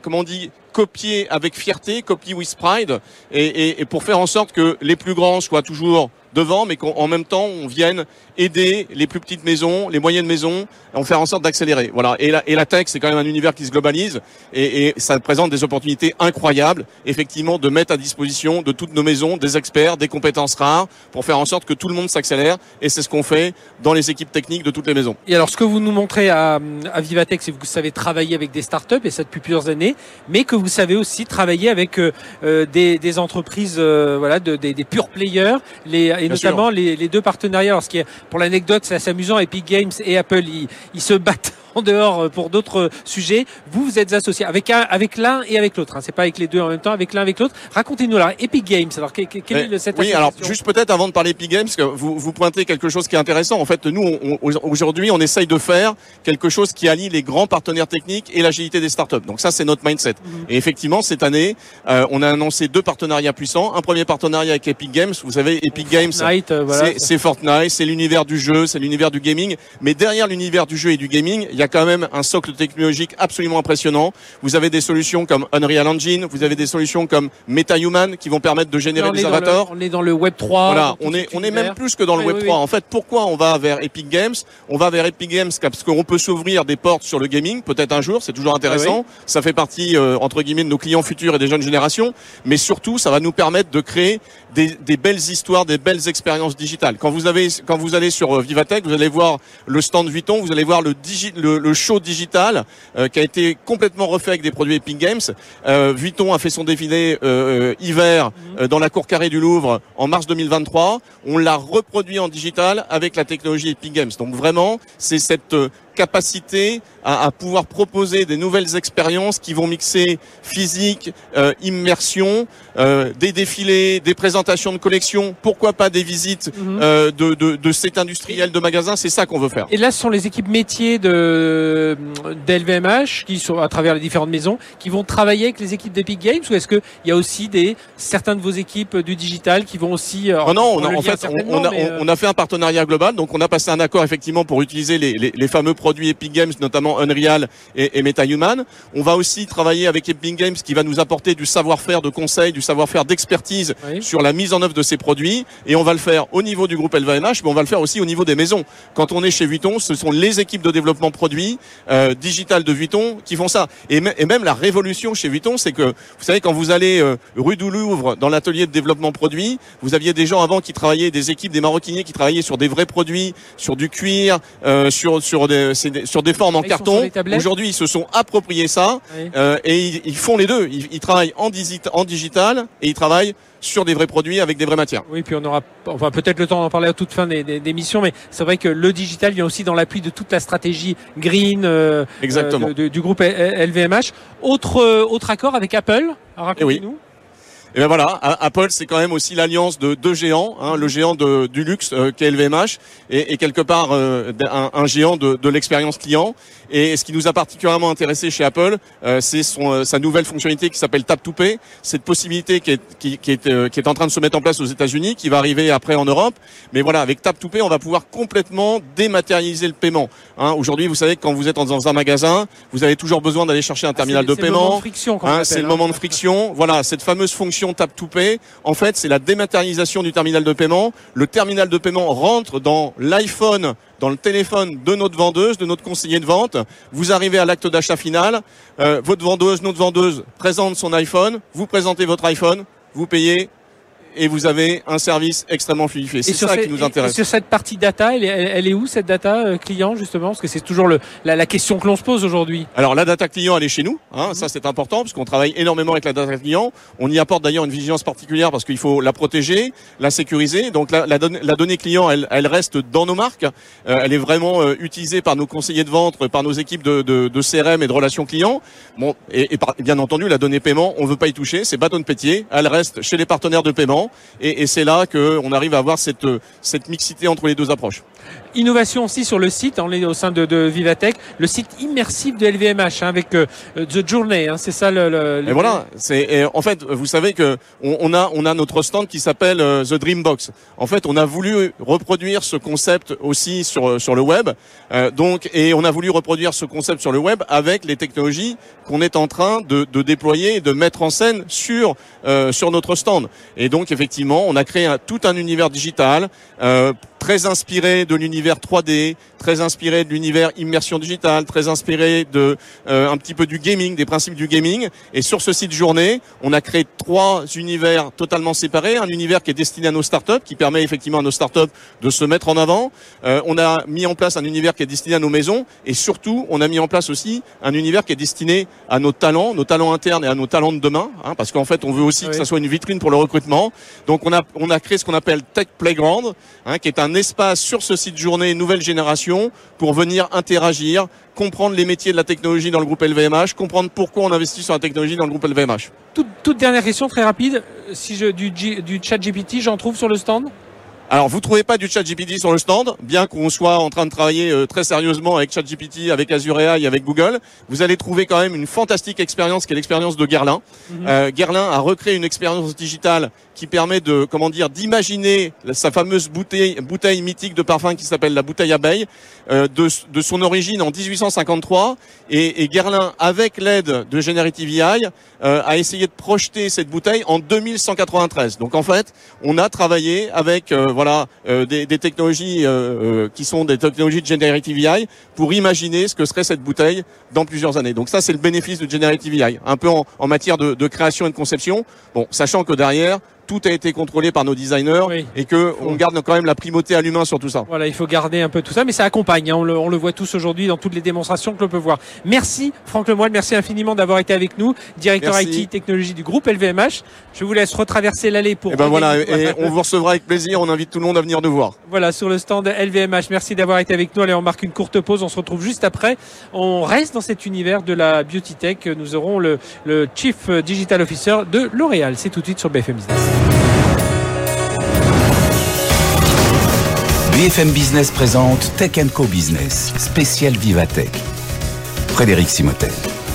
copier avec fierté, copy with pride, et pour faire en sorte que les plus grands soient toujours devant, mais qu'en même temps, on vienne aider les plus petites maisons, les moyennes maisons, en faire en sorte d'accélérer. Voilà. Et la tech, c'est quand même un univers qui se globalise, et ça présente des opportunités incroyables, effectivement, de mettre à disposition de toutes nos maisons des experts, des compétences rares, pour faire en sorte que tout le monde s'accélère, et c'est ce qu'on fait dans les équipes techniques de toutes les maisons. Et alors, ce que vous nous montrez à Vivatech, c'est que vous savez travailler avec des startups, et ça depuis plusieurs années, mais que vous savez aussi travailler avec des entreprises, des pure players, et notamment les deux partenariats. Alors, pour l'anecdote, c'est assez amusant, Epic Games et Apple, ils se battent en dehors pour d'autres sujets. Vous êtes associés avec l'un et avec l'autre. C'est pas avec les deux en même temps, avec l'un avec l'autre. Racontez-nous alors Epic Games. Alors quelle est cette association ? Oui, alors juste peut-être avant de parler Epic Games, que vous pointez quelque chose qui est intéressant. En fait, nous aujourd'hui, on essaye de faire quelque chose qui allie les grands partenaires techniques et l'agilité des startups. Donc ça, c'est notre mindset. Et effectivement, cette année, on a annoncé 2 partenariats puissants. Un premier partenariat avec Epic Games. Vous savez, Epic Games, c'est Fortnite, c'est l'univers du jeu, c'est l'univers du gaming. Mais derrière l'univers du jeu et du gaming, il y a quand même un socle technologique absolument impressionnant. Vous avez des solutions comme Unreal Engine, vous avez des solutions comme MetaHuman qui vont permettre de générer des avatars. On est dans le Web 3. Voilà, on est même plus que dans le Web 3. En fait, pourquoi on va vers Epic Games ? On va vers Epic Games parce qu'on peut s'ouvrir des portes sur le gaming, peut-être un jour, c'est toujours intéressant. Ça fait partie, entre guillemets, de nos clients futurs et des jeunes générations. Mais surtout, ça va nous permettre de créer des belles histoires, des belles expériences digitales. Quand vous allez sur Vivatech, vous allez voir le stand Vuitton, vous allez voir le show digital qui a été complètement refait avec des produits Epic Games. Vuitton a fait son défilé hiver dans la cour carrée du Louvre en mars 2023. On l'a reproduit en digital avec la technologie Epic Games. Donc vraiment, c'est cette capacité à pouvoir proposer des nouvelles expériences qui vont mixer physique, immersion, des défilés, des présentations de collections, pourquoi pas des visites de cet industriel de magasins, c'est ça qu'on veut faire. Et là, ce sont les équipes métiers d'LVMH qui sont à travers les différentes maisons qui vont travailler avec les équipes d'Epic Games, ou est-ce qu'il y a aussi certains de vos équipes du digital qui vont aussi... Non, on a fait un partenariat global, donc on a passé un accord effectivement pour utiliser les fameux produits Epic Games, notamment Unreal et MetaHuman. On va aussi travailler avec Epic Games qui va nous apporter du savoir-faire de conseil, du savoir-faire d'expertise sur la mise en œuvre de ces produits, et on va le faire au niveau du groupe LVMH, mais on va le faire aussi au niveau des maisons. Quand on est chez Vuitton, ce sont les équipes de développement produits digital de Vuitton qui font ça. Et même la révolution chez Vuitton, c'est que, vous savez, quand vous allez rue du Louvre dans l'atelier de développement produit, vous aviez des gens avant qui travaillaient, des équipes, des maroquiniers qui travaillaient sur des vrais produits, sur du cuir, sur c'est sur des formes en Ils sont sur carton. les tablettes. Aujourd'hui, ils se sont appropriés ça Oui. et ils font les deux. Ils travaillent en digital et ils travaillent sur des vrais produits avec des vraies matières. Oui, puis on aura peut-être le temps d'en parler à toute fin des émissions, mais c'est vrai que le digital vient aussi dans l'appui de toute la stratégie green Exactement. du groupe LVMH. Autre accord avec Apple, racontez-nous. Et ben voilà, Apple, c'est quand même aussi l'alliance de deux géants, hein, le géant du luxe qu'est LVMH et quelque part un géant de l'expérience client. Et ce qui nous a particulièrement intéressé chez Apple, c'est sa nouvelle fonctionnalité qui s'appelle Tap to Pay. Cette possibilité qui est en train de se mettre en place aux États-Unis, qui va arriver après en Europe. Mais voilà, avec Tap to Pay, on va pouvoir complètement dématérialiser le paiement. Hein, aujourd'hui, vous savez que quand vous êtes dans un magasin, vous avez toujours besoin d'aller chercher un terminal de paiement. C'est le moment de friction, c'est le moment de friction. Voilà, cette fameuse fonction Tap to Pay, en fait, c'est la dématérialisation du terminal de paiement. Le terminal de paiement rentre dans l'iPhone, dans le téléphone de notre vendeuse, de notre conseiller de vente. Vous arrivez à l'acte d'achat final. Notre vendeuse présente son iPhone. Vous présentez votre iPhone. Vous payez. Et vous avez un service extrêmement fluidifié. C'est ça qui nous intéresse. Et sur cette partie data, elle est où cette data client justement? Parce que c'est toujours la question que l'on se pose aujourd'hui. Alors la data client, elle est chez nous. Hein, ça c'est important parce qu'on travaille énormément avec la data client. On y apporte d'ailleurs une vigilance particulière parce qu'il faut la protéger, la sécuriser. Donc la donnée client, elle reste dans nos marques. Elle est vraiment utilisée par nos conseillers de vente, par nos équipes de CRM et de relations clients. Bon, et bien entendu, la donnée paiement, on veut pas y toucher. C'est bâton de pétier. Elle reste chez les partenaires de paiement. Et c'est là qu'on arrive à avoir cette mixité entre les deux approches. Innovation aussi sur le site, on est au sein de Vivatech, le site immersif de LVMH avec The Journey, hein, c'est ça Et voilà, en fait, vous savez que on a notre stand qui s'appelle The Dream Box. En fait, on a voulu reproduire ce concept aussi sur le web. Et on a voulu reproduire ce concept sur le web avec les technologies qu'on est en train de déployer et de mettre en scène sur notre stand. Et donc effectivement, on a créé tout un univers digital très inspiré de l'univers 3D, très inspiré de l'univers immersion digitale, très inspiré un petit peu du gaming, des principes du gaming. Et sur ce site journée, on a créé 3 univers totalement séparés. Un univers qui est destiné à nos startups, qui permet effectivement à nos startups de se mettre en avant. On a mis en place un univers qui est destiné à nos maisons. Et surtout, on a mis en place aussi un univers qui est destiné à nos talents internes et à nos talents de demain. Hein, parce qu'en fait, on veut aussi que ça soit une vitrine pour le recrutement. Donc on a créé ce qu'on appelle Tech Playground, hein, qui est un espace sur ce site journée nouvelle génération pour venir interagir, comprendre les métiers de la technologie dans le groupe LVMH, comprendre pourquoi on investit sur la technologie dans le groupe LVMH. Toute dernière question très rapide, si du chat GPT, j'en trouve sur le stand? Alors, vous trouvez pas du ChatGPT sur le stand, bien qu'on soit en train de travailler très sérieusement avec ChatGPT, avec Azure AI, avec Google. Vous allez trouver quand même une fantastique expérience qui est l'expérience de Guerlain. Guerlain a recréé une expérience digitale qui permet d'imaginer sa fameuse bouteille mythique de parfum qui s'appelle la bouteille abeille, de son origine en 1853. Et Guerlain, avec l'aide de Generative AI, a essayé de projeter cette bouteille en 2193. Donc en fait, on a travaillé avec des technologies qui sont des technologies de Generative AI pour imaginer ce que serait cette bouteille dans plusieurs années. Donc ça, c'est le bénéfice de Generative AI, un peu en matière de création et de conception. Bon, sachant que derrière, tout a été contrôlé par nos designers et que on garde quand même la primauté à l'humain sur tout ça. Voilà, il faut garder un peu tout ça, mais ça accompagne. Hein, on le voit tous aujourd'hui dans toutes les démonstrations que l'on peut voir. Merci Franck Lemoine, merci infiniment d'avoir été avec nous, directeur IT technologie du groupe LVMH. Je vous laisse retraverser l'allée pour. Et on vous recevra avec plaisir. On invite tout le monde à venir nous voir. Voilà, sur le stand LVMH. Merci d'avoir été avec nous. Allez, on marque une courte pause. On se retrouve juste après. On reste dans cet univers de la beauty tech. Nous aurons le Chief Digital Officer de L'Oréal. C'est tout de suite sur BFM Business. BFM Business présente Tech & Co Business, spécial Vivatech. Frédéric Simotel.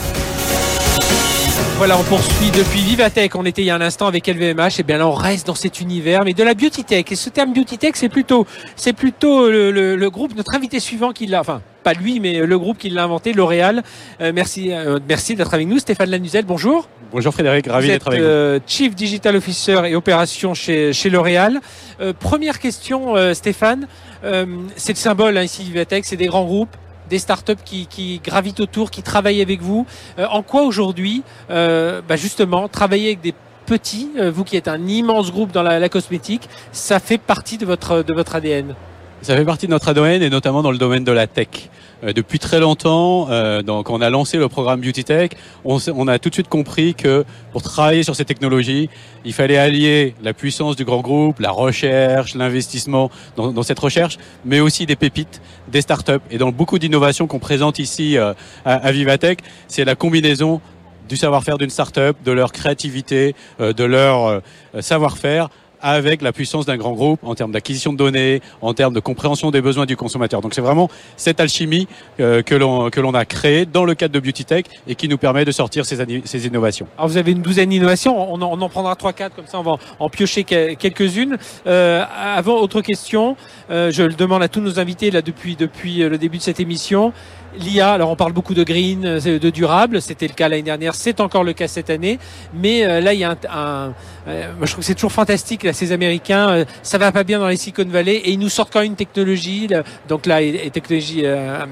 Voilà, on poursuit depuis Vivatech. On était il y a un instant avec LVMH. Et bien là, on reste dans cet univers, mais de la beauty tech. Et ce terme beauty tech, c'est plutôt le groupe, notre invité suivant qui l'a, enfin, pas lui, mais le groupe qui l'a inventé, L'Oréal. Merci d'être avec nous. Stéphane Lanuzel, bonjour. Bonjour Frédéric, ravi d'être avec vous. Vous êtes Chief Digital Officer et Opérations chez L'Oréal. Première question, Stéphane. C'est le symbole ici, Vivatech, c'est des grands groupes, des startups qui gravitent autour, qui travaillent avec vous. En quoi aujourd'hui, justement, travailler avec des petits, vous qui êtes un immense groupe dans la cosmétique, ça fait partie de votre ADN? Ça fait partie de notre ADN et notamment dans le domaine de la tech. Depuis très longtemps, donc on a lancé le programme Beauty Tech, on a tout de suite compris que pour travailler sur ces technologies, il fallait allier la puissance du grand groupe, la recherche, l'investissement dans cette recherche, mais aussi des pépites, des startups. Et dans beaucoup d'innovations qu'on présente ici à Vivatech, c'est la combinaison du savoir-faire d'une startup, de leur créativité, de leur savoir-faire, avec la puissance d'un grand groupe en termes d'acquisition de données, en termes de compréhension des besoins du consommateur. Donc c'est vraiment cette alchimie que l'on a créée dans le cadre de Beauty Tech et qui nous permet de sortir ces innovations. Alors vous avez une douzaine d'innovations, on en prendra 3-4, comme ça on va en piocher quelques-unes. Avant, autre question, je le demande à tous nos invités là depuis le début de cette émission. L'IA, alors on parle beaucoup de green, de durable, c'était le cas l'année dernière, c'est encore le cas cette année, mais là il y a moi je trouve que c'est toujours fantastique, là ces Américains, ça va pas bien dans les Silicon Valley et ils nous sortent quand même une technologie, donc là technologie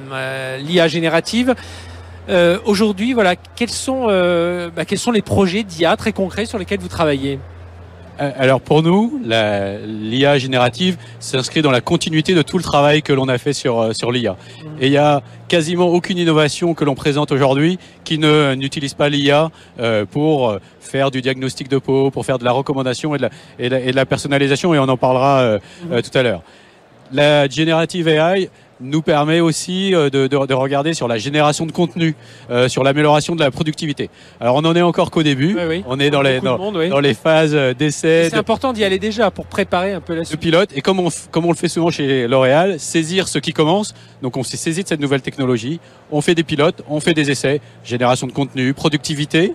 l'IA générative. Aujourd'hui, voilà, quels sont les projets d'IA très concrets sur lesquels vous travaillez? Alors pour nous, l'IA générative s'inscrit dans la continuité de tout le travail que l'on a fait sur l'IA. Et il y a quasiment aucune innovation que l'on présente aujourd'hui qui n'utilise pas l'IA pour faire du diagnostic de peau, pour faire de la recommandation et de la personnalisation, et on en parlera tout à l'heure. La Generative AI nous permet aussi de regarder sur la génération de contenu, sur l'amélioration de la productivité. Alors on en est encore qu'au début, oui. On est dans les phases d'essai. C'est important d'y aller déjà pour préparer un peu la suite. De pilote, et comme on le fait souvent chez L'Oréal, saisir ce qui commence. Donc on s'est saisi de cette nouvelle technologie, on fait des pilotes, on fait des essais, génération de contenu, productivité,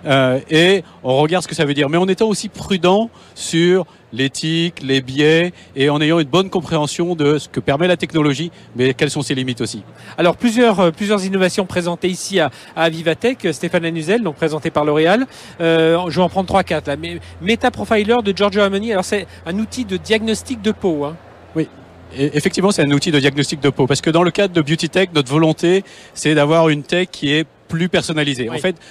et on regarde ce que ça veut dire. Mais en étant aussi prudent sur l'éthique, les biais, et en ayant une bonne compréhension de ce que permet la technologie, mais quelles sont ses limites aussi. Alors plusieurs innovations présentées ici à Vivatech, Stéphane Lanuzel, donc présenté par L'Oréal. Je vais en prendre 3-4 là. Meta Profiler de Giorgio Armani. Alors c'est un outil de diagnostic de peau. Hein. Oui. Et effectivement, c'est un outil de diagnostic de peau, parce que dans le cadre de Beauty Tech, notre volonté, c'est d'avoir une tech qui est plus personnalisée. Oui. En fait,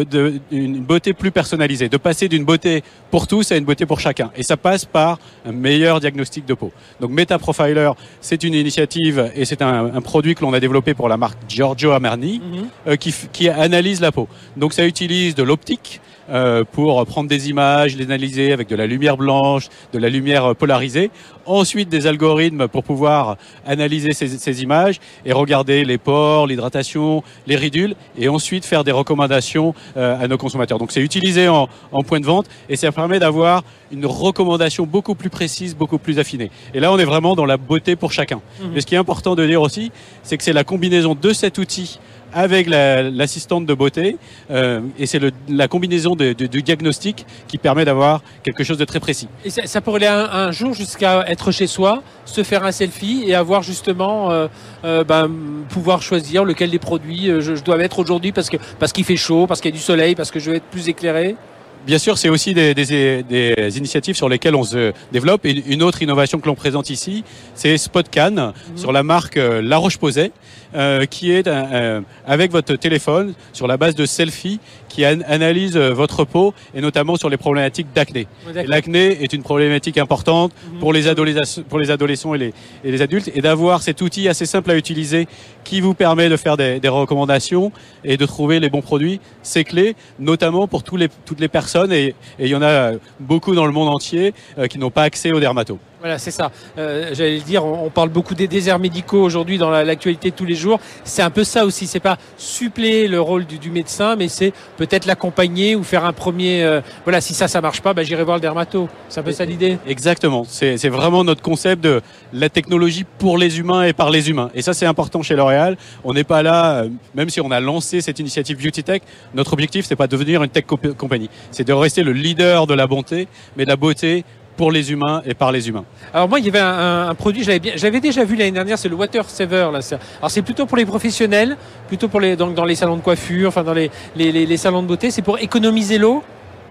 une beauté plus personnalisée, de passer d'une beauté pour tous à une beauté pour chacun. Et ça passe par un meilleur diagnostic de peau. Donc Meta Profiler, c'est une initiative et c'est un produit que l'on a développé pour la marque Giorgio Armani, qui analyse la peau. Donc ça utilise de l'optique pour prendre des images, les analyser avec de la lumière blanche, de la lumière polarisée. Ensuite, des algorithmes pour pouvoir analyser ces images et regarder les pores, l'hydratation, les ridules, et ensuite faire des recommandations à nos consommateurs. Donc c'est utilisé en point de vente et ça permet d'avoir une recommandation beaucoup plus précise, beaucoup plus affinée. Et là, on est vraiment dans la beauté pour chacun. Mais ce qui est important de dire aussi, c'est que c'est la combinaison de cet outil avec l'assistante de beauté, et c'est la combinaison du diagnostic qui permet d'avoir quelque chose de très précis. Et ça pourrait aller un jour jusqu'à être chez soi, se faire un selfie et avoir justement pouvoir choisir lequel des produits je dois mettre aujourd'hui parce qu'il fait chaud, parce qu'il y a du soleil, parce que je vais être plus éclairé. Bien sûr, c'est aussi des initiatives sur lesquelles on se développe. Et une autre innovation que l'on présente ici, c'est SpotCan sur la marque La Roche-Posay, qui est avec votre téléphone sur la base de selfie qui analyse votre peau et notamment sur les problématiques d'acné. L'acné est une problématique importante pour les adolescents et les adultes, et d'avoir cet outil assez simple à utiliser qui vous permet de faire des recommandations et de trouver les bons produits, c'est clé, notamment pour toutes les personnes, et il y en a beaucoup dans le monde entier qui n'ont pas accès aux dermatos. Voilà, c'est ça. J'allais le dire, on parle beaucoup des déserts médicaux aujourd'hui dans l'actualité de tous les jours. C'est un peu ça aussi. C'est pas suppléer le rôle du médecin, mais c'est peut-être l'accompagner ou faire un premier. Voilà, si ça marche pas, j'irai voir le dermato. C'est un peu ça l'idée. Exactement. C'est vraiment notre concept de la technologie pour les humains et par les humains. Et ça, c'est important chez L'Oréal. On n'est pas là, même si on a lancé cette initiative Beauty Tech. Notre objectif, c'est pas de devenir une tech compagnie. C'est de rester le leader de la bonté, mais de la beauté pour les humains et par les humains. Alors moi, il y avait un produit, j'avais déjà vu l'année dernière, c'est le Water Saver. Là. Alors c'est plutôt pour les professionnels, plutôt pour dans les salons de coiffure, enfin dans les salons de beauté. C'est pour économiser l'eau.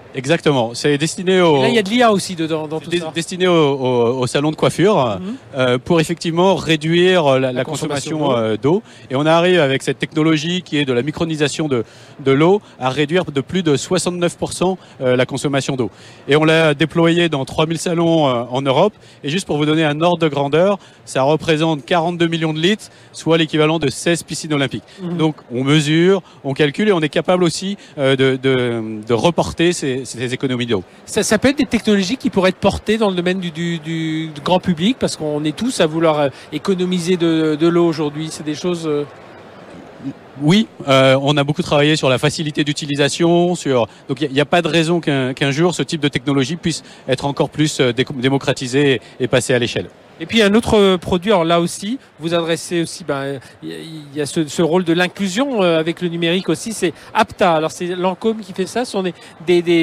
Exactement. C'est destiné au. Et là, il y a de l'IA aussi dedans, dans tout ça. Destiné au salon de coiffure pour effectivement réduire la consommation d'eau. Et on arrive avec cette technologie qui est de la micronisation de l'eau à réduire de plus de 69% la consommation d'eau. Et on l'a déployé dans 3000 salons en Europe. Et juste pour vous donner un ordre de grandeur, ça représente 42 millions de litres, soit l'équivalent de 16 piscines olympiques. Donc on mesure, on calcule et on est capable aussi de reporter ces économies d'eau. Ça peut être des technologies qui pourraient être portées dans le domaine du grand public, parce qu'on est tous à vouloir économiser de l'eau aujourd'hui. C'est des choses... Oui, on a beaucoup travaillé sur la facilité d'utilisation, donc il n'y a pas de raison qu'un jour ce type de technologie puisse être encore plus démocratisé et passer à l'échelle. Et puis un autre produit, alors là aussi, vous adressez aussi, il y a ce rôle de l'inclusion avec le numérique aussi, c'est Apta. Alors c'est Lancôme qui fait ça, ce sont des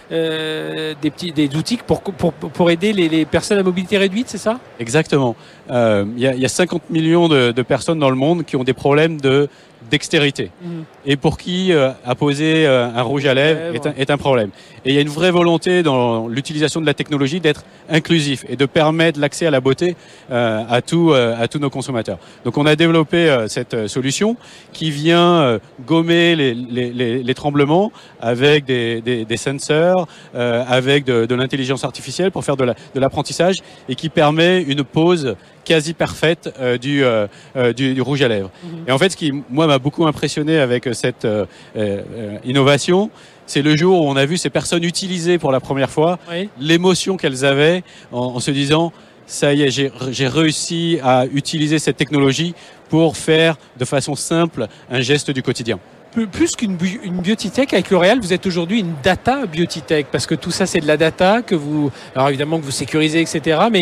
outils pour aider les personnes à mobilité réduite, c'est ça? Exactement. Il y a 50 millions de personnes dans le monde qui ont des problèmes de dextérité et pour qui apposer un rouge à lèvres est un problème. Et il y a une vraie volonté dans l'utilisation de la technologie d'être inclusif et de permettre l'accès à la beauté à tous nos consommateurs. Donc on a développé cette solution qui vient gommer les tremblements avec des sensors, avec de l'intelligence artificielle pour faire de l'apprentissage et qui permet une pose quasi parfaite du rouge à lèvres. Et en fait, ce qui, moi, m'a beaucoup impressionné avec cette innovation, c'est le jour où on a vu ces personnes utiliser pour la première fois l'émotion qu'elles avaient en se disant « ça y est, j'ai réussi à utiliser cette technologie pour faire de façon simple un geste du quotidien ». Plus qu'une beauty tech, avec L'Oréal, vous êtes aujourd'hui une data beauty tech, parce que tout ça c'est de la data alors évidemment que vous sécurisez, etc. Mais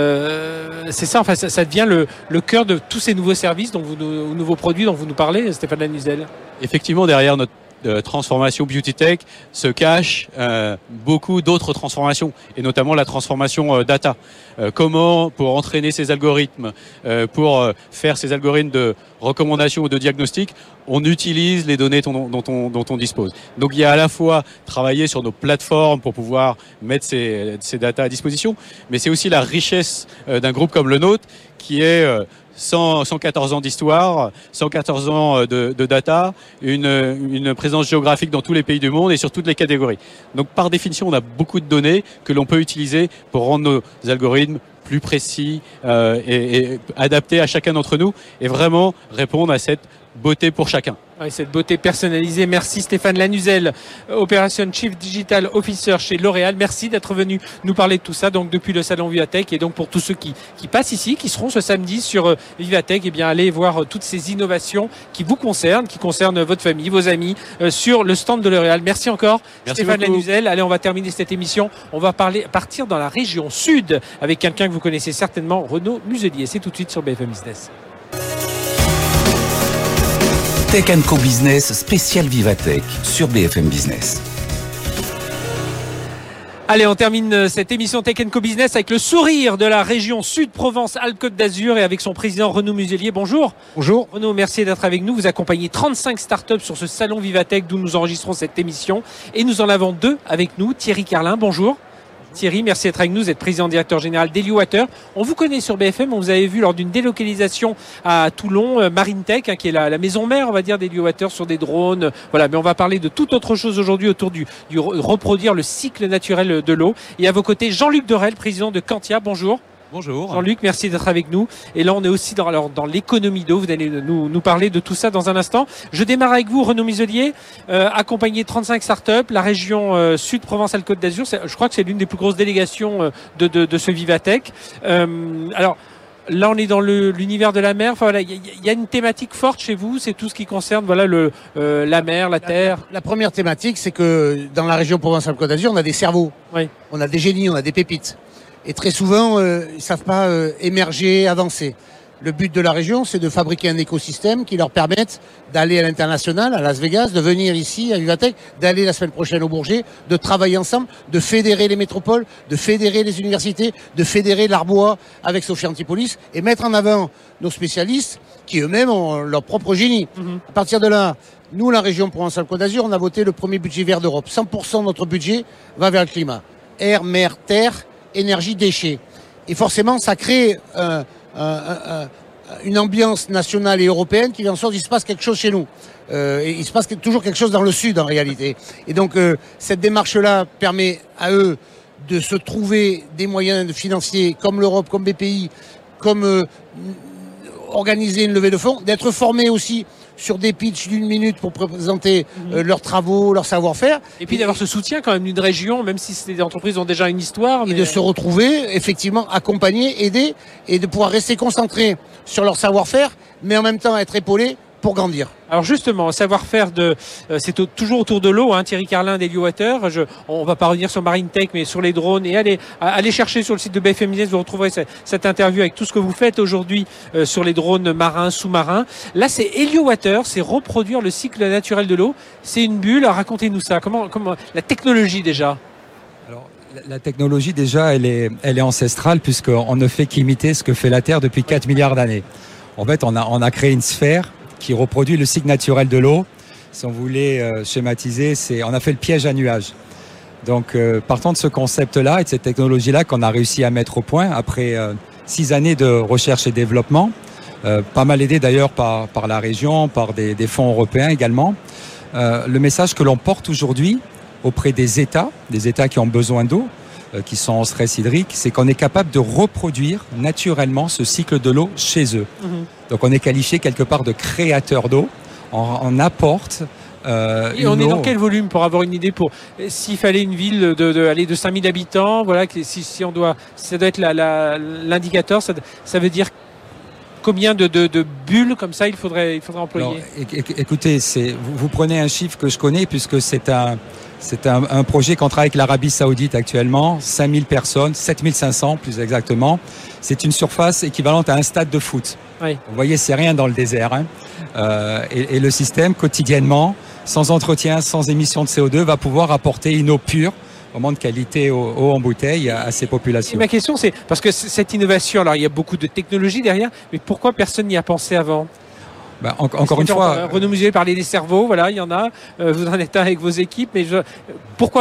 c'est ça, enfin ça devient le cœur de tous ces nouveaux services, nouveaux produits dont vous nous parlez, Stéphane Lanuzel. Effectivement, derrière notre transformation beauty tech se cache beaucoup d'autres transformations, et notamment la transformation data. Comment, pour entraîner ces algorithmes, pour faire ces algorithmes de recommandation ou de diagnostic, on utilise les données dont on dispose. Donc il y a à la fois travailler sur nos plateformes pour pouvoir mettre ces data à disposition, mais c'est aussi la richesse d'un groupe comme le nôtre qui est 114 ans d'histoire, 114 ans de data, une présence géographique dans tous les pays du monde et sur toutes les catégories. Donc par définition, on a beaucoup de données que l'on peut utiliser pour rendre nos algorithmes plus précis et adaptés à chacun d'entre nous et vraiment répondre à cette beauté pour chacun. Oui, cette beauté personnalisée. Merci Stéphane Lanuzel, Operation Chief Digital Officer chez L'Oréal. Merci d'être venu nous parler de tout ça, donc depuis le salon Vivatech. Et donc pour tous ceux qui passent ici, qui seront ce samedi sur Vivatech, eh bien allez voir toutes ces innovations qui vous concernent, qui concernent votre famille, vos amis, sur le stand de L'Oréal. Merci encore. Merci Stéphane beaucoup. Lanuzel. Allez, on va terminer cette émission. On va partir dans la région sud avec quelqu'un que vous connaissez certainement, Renaud Muselier. C'est tout de suite sur BFM Business. Tech & Co Business spécial Vivatech sur BFM Business. Allez, on termine cette émission Tech & Co Business avec le sourire de la région Sud-Provence-Alpes-Côte d'Azur et avec son président Renaud Muselier. Bonjour. Bonjour. Renaud, merci d'être avec nous. Vous accompagnez 35 startups sur ce salon Vivatech d'où nous enregistrons cette émission. Et nous en avons deux avec nous. Thierry Carlin, bonjour. Thierry, merci d'être avec nous. Vous êtes président directeur général d'Heliwater. On vous connaît sur BFM. On vous avait vu lors d'une délocalisation à Toulon, MarineTech, qui est la maison mère, on va dire, d'Heliwater sur des drones. Voilà. Mais on va parler de toute autre chose aujourd'hui autour du reproduire le cycle naturel de l'eau. Et à vos côtés, Jean-Luc Dorel, président de Quantia. Bonjour. Bonjour. Jean-Luc, merci d'être avec nous. Et là, on est aussi dans l'économie d'eau. Vous allez nous parler de tout ça dans un instant. Je démarre avec vous, Renaud Muselier, accompagné de 35 startups, la région Sud-Provence-Alpes-Côte d'Azur. Je crois que c'est l'une des plus grosses délégations de ce Vivatech. Alors, là, on est dans l'univers de la mer. Enfin, voilà, il y a une thématique forte chez vous. C'est tout ce qui concerne, voilà, la mer, la terre. La première thématique, c'est que dans la région Provence-Alpes-Côte d'Azur, on a des cerveaux. Oui. On a des génies, on a des pépites. Et très souvent, ils savent pas émerger, avancer. Le but de la région, c'est de fabriquer un écosystème qui leur permette d'aller à l'international, à Las Vegas, de venir ici à Vivatech, d'aller la semaine prochaine au Bourget, de travailler ensemble, de fédérer les métropoles, de fédérer les universités, de fédérer l'Arbois avec Sophie Antipolis et mettre en avant nos spécialistes qui eux-mêmes ont leur propre génie. À partir de là, Nous, la région Provence-Alpes-Côte d'Azur, on a voté le premier budget vert d'Europe. 100% de notre budget va vers le climat. Air, mer, terre, énergie, déchets. Et forcément, ça crée une ambiance nationale et européenne qui fait en sorte qu'il se passe quelque chose chez nous. Et il se passe toujours quelque chose dans le sud en réalité. Et donc cette démarche-là permet à eux de se trouver des moyens financiers comme l'Europe, comme BPI, comme organiser une levée de fonds, d'être formés aussi sur des pitchs d'1 minute pour présenter leurs travaux, leur savoir-faire. Et puis d'avoir ce soutien quand même d'une région, même si des entreprises ont déjà une histoire. Et de se retrouver, effectivement, accompagnés, aidés, et de pouvoir rester concentrés sur leur savoir-faire, mais en même temps être épaulés pour grandir. Alors justement, savoir-faire c'est toujours autour de l'eau, hein, Thierry Carlin d'Heliowater. On va pas revenir sur Marine Tech, mais sur les drones, et allez chercher sur le site de BFM Business, vous retrouverez cette interview avec tout ce que vous faites aujourd'hui sur les drones marins, sous-marins. Là, c'est Heliowater, c'est reproduire le cycle naturel de l'eau. C'est une bulle. Racontez-nous ça. Comment la technologie déjà? Alors, la technologie déjà, elle est ancestrale puisqu'on ne fait qu'imiter ce que fait la Terre depuis 4 milliards d'années. En fait, on a créé une sphère qui reproduit le cycle naturel de l'eau. Si on voulait schématiser, on a fait le piège à nuages. Donc, partant de ce concept-là et de cette technologie-là qu'on a réussi à mettre au point après 6 années de recherche et développement, pas mal aidé d'ailleurs par la région, par des fonds européens également, le message que l'on porte aujourd'hui auprès des États qui ont besoin d'eau, qui sont en stress hydrique, c'est qu'on est capable de reproduire naturellement ce cycle de l'eau chez eux. Donc on est qualifié quelque part de créateur d'eau. On apporte et on est dans quel volume pour avoir une idée s'il fallait une ville de 5000 habitants, voilà, si ça doit être l'indicateur, ça veut dire combien de bulles comme ça il faudrait employer? Alors, écoutez, vous prenez un chiffre que je connais puisque c'est un projet qu'on travaille avec l'Arabie Saoudite actuellement, 5000 personnes, 7500 plus exactement. C'est une surface équivalente à un stade de foot. Oui. Vous voyez, c'est rien dans le désert. Hein. Et le système, quotidiennement, sans entretien, sans émission de CO2, va pouvoir apporter une eau pure, vraiment de qualité, eau en bouteille à ces populations. Et ma question, c'est, parce que cette innovation, alors il y a beaucoup de technologie derrière, mais pourquoi personne n'y a pensé avant? Encore une fois, Renaud Muselier parlait des cerveaux, voilà, il y en a. Vous en êtes un avec vos équipes, mais pourquoi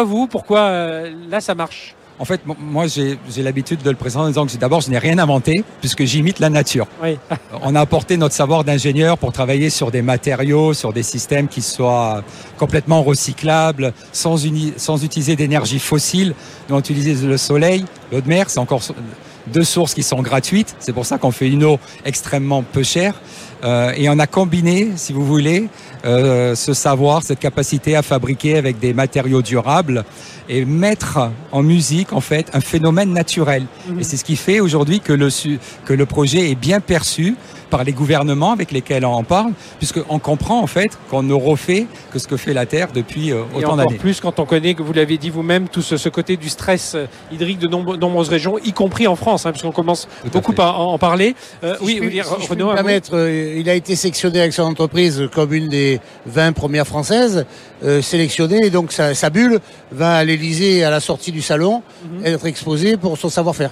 là ça marche? En fait, moi, j'ai l'habitude de le présenter en disant que d'abord, je n'ai rien inventé puisque j'imite la nature. Oui. On a apporté notre savoir d'ingénieur pour travailler sur des matériaux, sur des systèmes qui soient complètement recyclables, sans utiliser d'énergie fossile. Nous, on utilise le soleil, l'eau de mer, c'est encore 2 sources qui sont gratuites. C'est pour ça qu'on fait une eau extrêmement peu chère. Et on a combiné, si vous voulez, ce savoir, cette capacité à fabriquer avec des matériaux durables et mettre en musique, en fait, un phénomène naturel. Et c'est ce qui fait aujourd'hui que le projet est bien perçu par les gouvernements avec lesquels on en parle, puisqu'on comprend, en fait, qu'on ne refait que ce que fait la Terre depuis autant d'années. Et encore plus quand on connaît, que vous l'avez dit vous-même, tout ce côté du stress hydrique de nombreuses régions, y compris en France, hein, puisqu'on commence beaucoup à en parler. Oui, Renaud, il a été sélectionné avec son entreprise comme une des 20 premières françaises, sélectionné, et donc sa bulle va à l'Elysée à la sortie du salon être exposée pour son savoir-faire.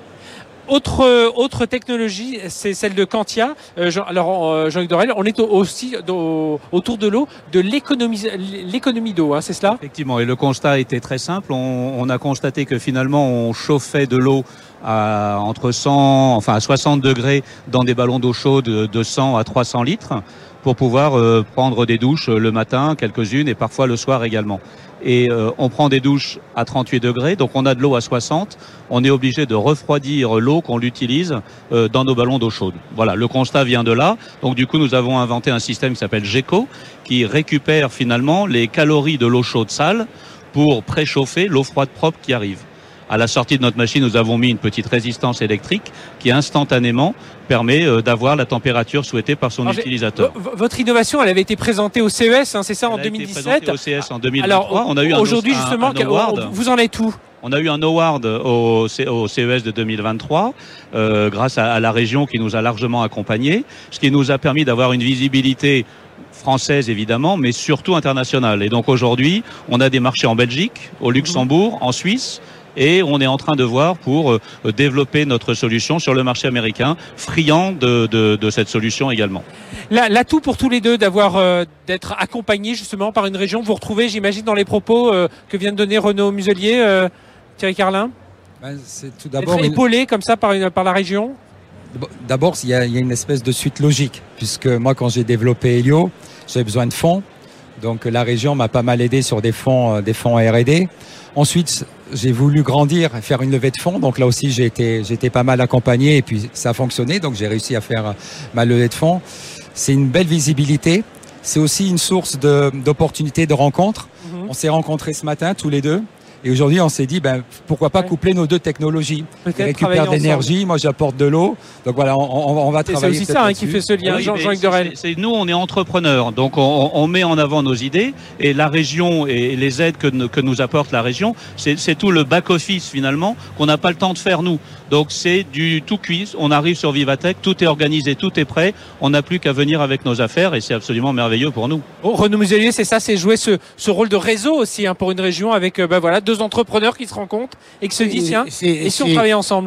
Autre technologie, c'est celle de Quantia. Jean-Luc Dorel, on est aussi autour de l'eau, de l'économie d'eau, hein, c'est cela? Effectivement, et le constat était très simple. On a constaté que finalement, on chauffait de l'eau à 60 degrés dans des ballons d'eau chaude de 100 à 300 litres pour pouvoir prendre des douches le matin, quelques-unes, et parfois le soir également. Et on prend des douches à 38 degrés, donc on a de l'eau à 60. On est obligé de refroidir l'eau qu'on l'utilise dans nos ballons d'eau chaude. Voilà, le constat vient de là. Donc du coup, nous avons inventé un système qui s'appelle GECO, qui récupère finalement les calories de l'eau chaude sale pour préchauffer l'eau froide propre qui arrive. À la sortie de notre machine, nous avons mis une petite résistance électrique qui instantanément permet d'avoir la température souhaitée par son utilisateur. Votre innovation, elle avait été présentée au CES, hein, c'est ça, en 2017. Elle a été présentée au CES en 2023. Alors, on a eu aujourd'hui, justement, vous en êtes où? On a eu un award au CES de 2023 grâce à la région qui nous a largement accompagnés, ce qui nous a permis d'avoir une visibilité française évidemment, mais surtout internationale. Et donc aujourd'hui, on a des marchés en Belgique, au Luxembourg, en Suisse, et on est en train de voir pour développer notre solution sur le marché américain, friand de cette solution également. L'atout pour tous les deux d'être accompagnés justement par une région, vous retrouvez, j'imagine, dans les propos que vient de donner Renaud Muselier, Thierry Carlin. C'est tout d'abord épaulé comme ça par la région. D'abord, il y a une espèce de suite logique, puisque moi, quand j'ai développé Helio, j'avais besoin de fonds. Donc la région m'a pas mal aidé sur des fonds R&D. Ensuite, j'ai voulu grandir, faire une levée de fonds. Donc là aussi, j'ai été pas mal accompagné et puis ça a fonctionné. Donc j'ai réussi à faire ma levée de fonds. C'est une belle visibilité. C'est aussi une source d'opportunités de rencontres. On s'est rencontrés ce matin tous les deux. Et aujourd'hui, on s'est dit, pourquoi pas coupler nos deux technologies. Ils récupèrent de l'énergie, moi j'apporte de l'eau. Donc voilà, on va travailler. C'est aussi ça qui fait ce lien, Jean-Luc Dorel. Nous, on est entrepreneurs, donc on met en avant nos idées. Et la région et les aides que nous apporte la région, c'est tout le back-office finalement qu'on n'a pas le temps de faire nous. Donc c'est du tout cuit. On arrive sur Vivatech, tout est organisé, tout est prêt. On n'a plus qu'à venir avec nos affaires et c'est absolument merveilleux pour nous. Renaud Muselier, c'est ça, c'est jouer ce rôle de réseau aussi pour une région avec deux entrepreneurs qui se rencontrent et qui se disent tiens, et si on travaillait ensemble?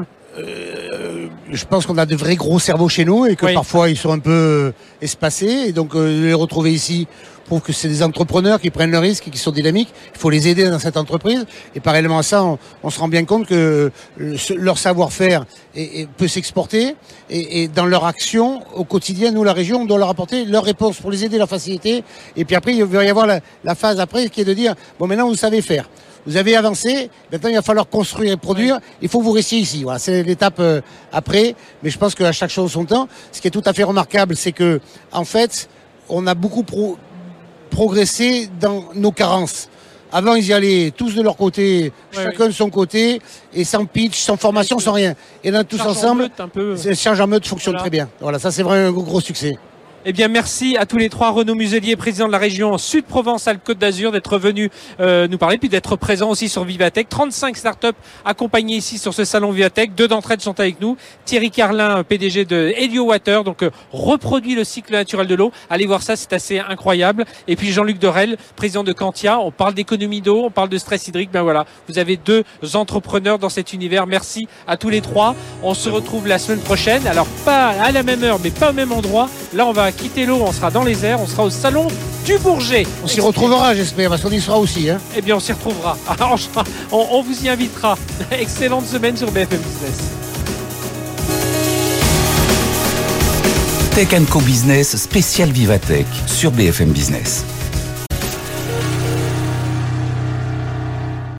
Je pense qu'on a de vrais gros cerveaux chez nous et que parfois ils sont un peu espacés et donc les retrouver ici prouve que c'est des entrepreneurs qui prennent le risque et qui sont dynamiques. Il faut les aider dans cette entreprise et parallèlement à ça on se rend bien compte que leur savoir-faire peut s'exporter et dans leur action au quotidien, nous la région on doit leur apporter leur réponse pour les aider, leur faciliter et puis après il va y avoir la phase après qui est de dire bon maintenant vous savez faire. Vous avez avancé, maintenant il va falloir construire et produire, il faut que vous restiez ici. Voilà, c'est l'étape après, mais je pense qu'à chaque chose son temps. Ce qui est tout à fait remarquable, c'est que en fait, on a beaucoup progressé dans nos carences. Avant, ils y allaient tous de leur côté, chacun de son côté, et sans pitch, sans formation, sans rien. Et là, tous ensemble, le charge en meute fonctionne très bien. Voilà, ça c'est vraiment un gros succès. Eh bien, merci à tous les trois. Renaud Muselier, président de la région Sud-Provence-Alpes-Côte d'Azur, d'être venu nous parler, puis d'être présent aussi sur Vivatech. 35 startups accompagnées ici sur ce salon Vivatech. 2 d'entre elles sont avec nous. Thierry Carlin, PDG de Helio Water, donc reproduit le cycle naturel de l'eau. Allez voir ça, c'est assez incroyable. Et puis Jean-Luc Dorel, président de Quantia. On parle d'économie d'eau, on parle de stress hydrique. Ben voilà, vous avez 2 entrepreneurs dans cet univers. Merci à tous les 3. On se retrouve la semaine prochaine. Alors pas à la même heure, mais pas au même endroit. Là, on va quitter l'eau, on sera dans les airs, on sera au salon du Bourget. On s'y retrouvera, j'espère, parce qu'on y sera aussi. Eh bien, on s'y retrouvera. Alors, on vous y invitera. Excellente semaine sur BFM Business. Tech & Co Business spécial Vivatech sur BFM Business.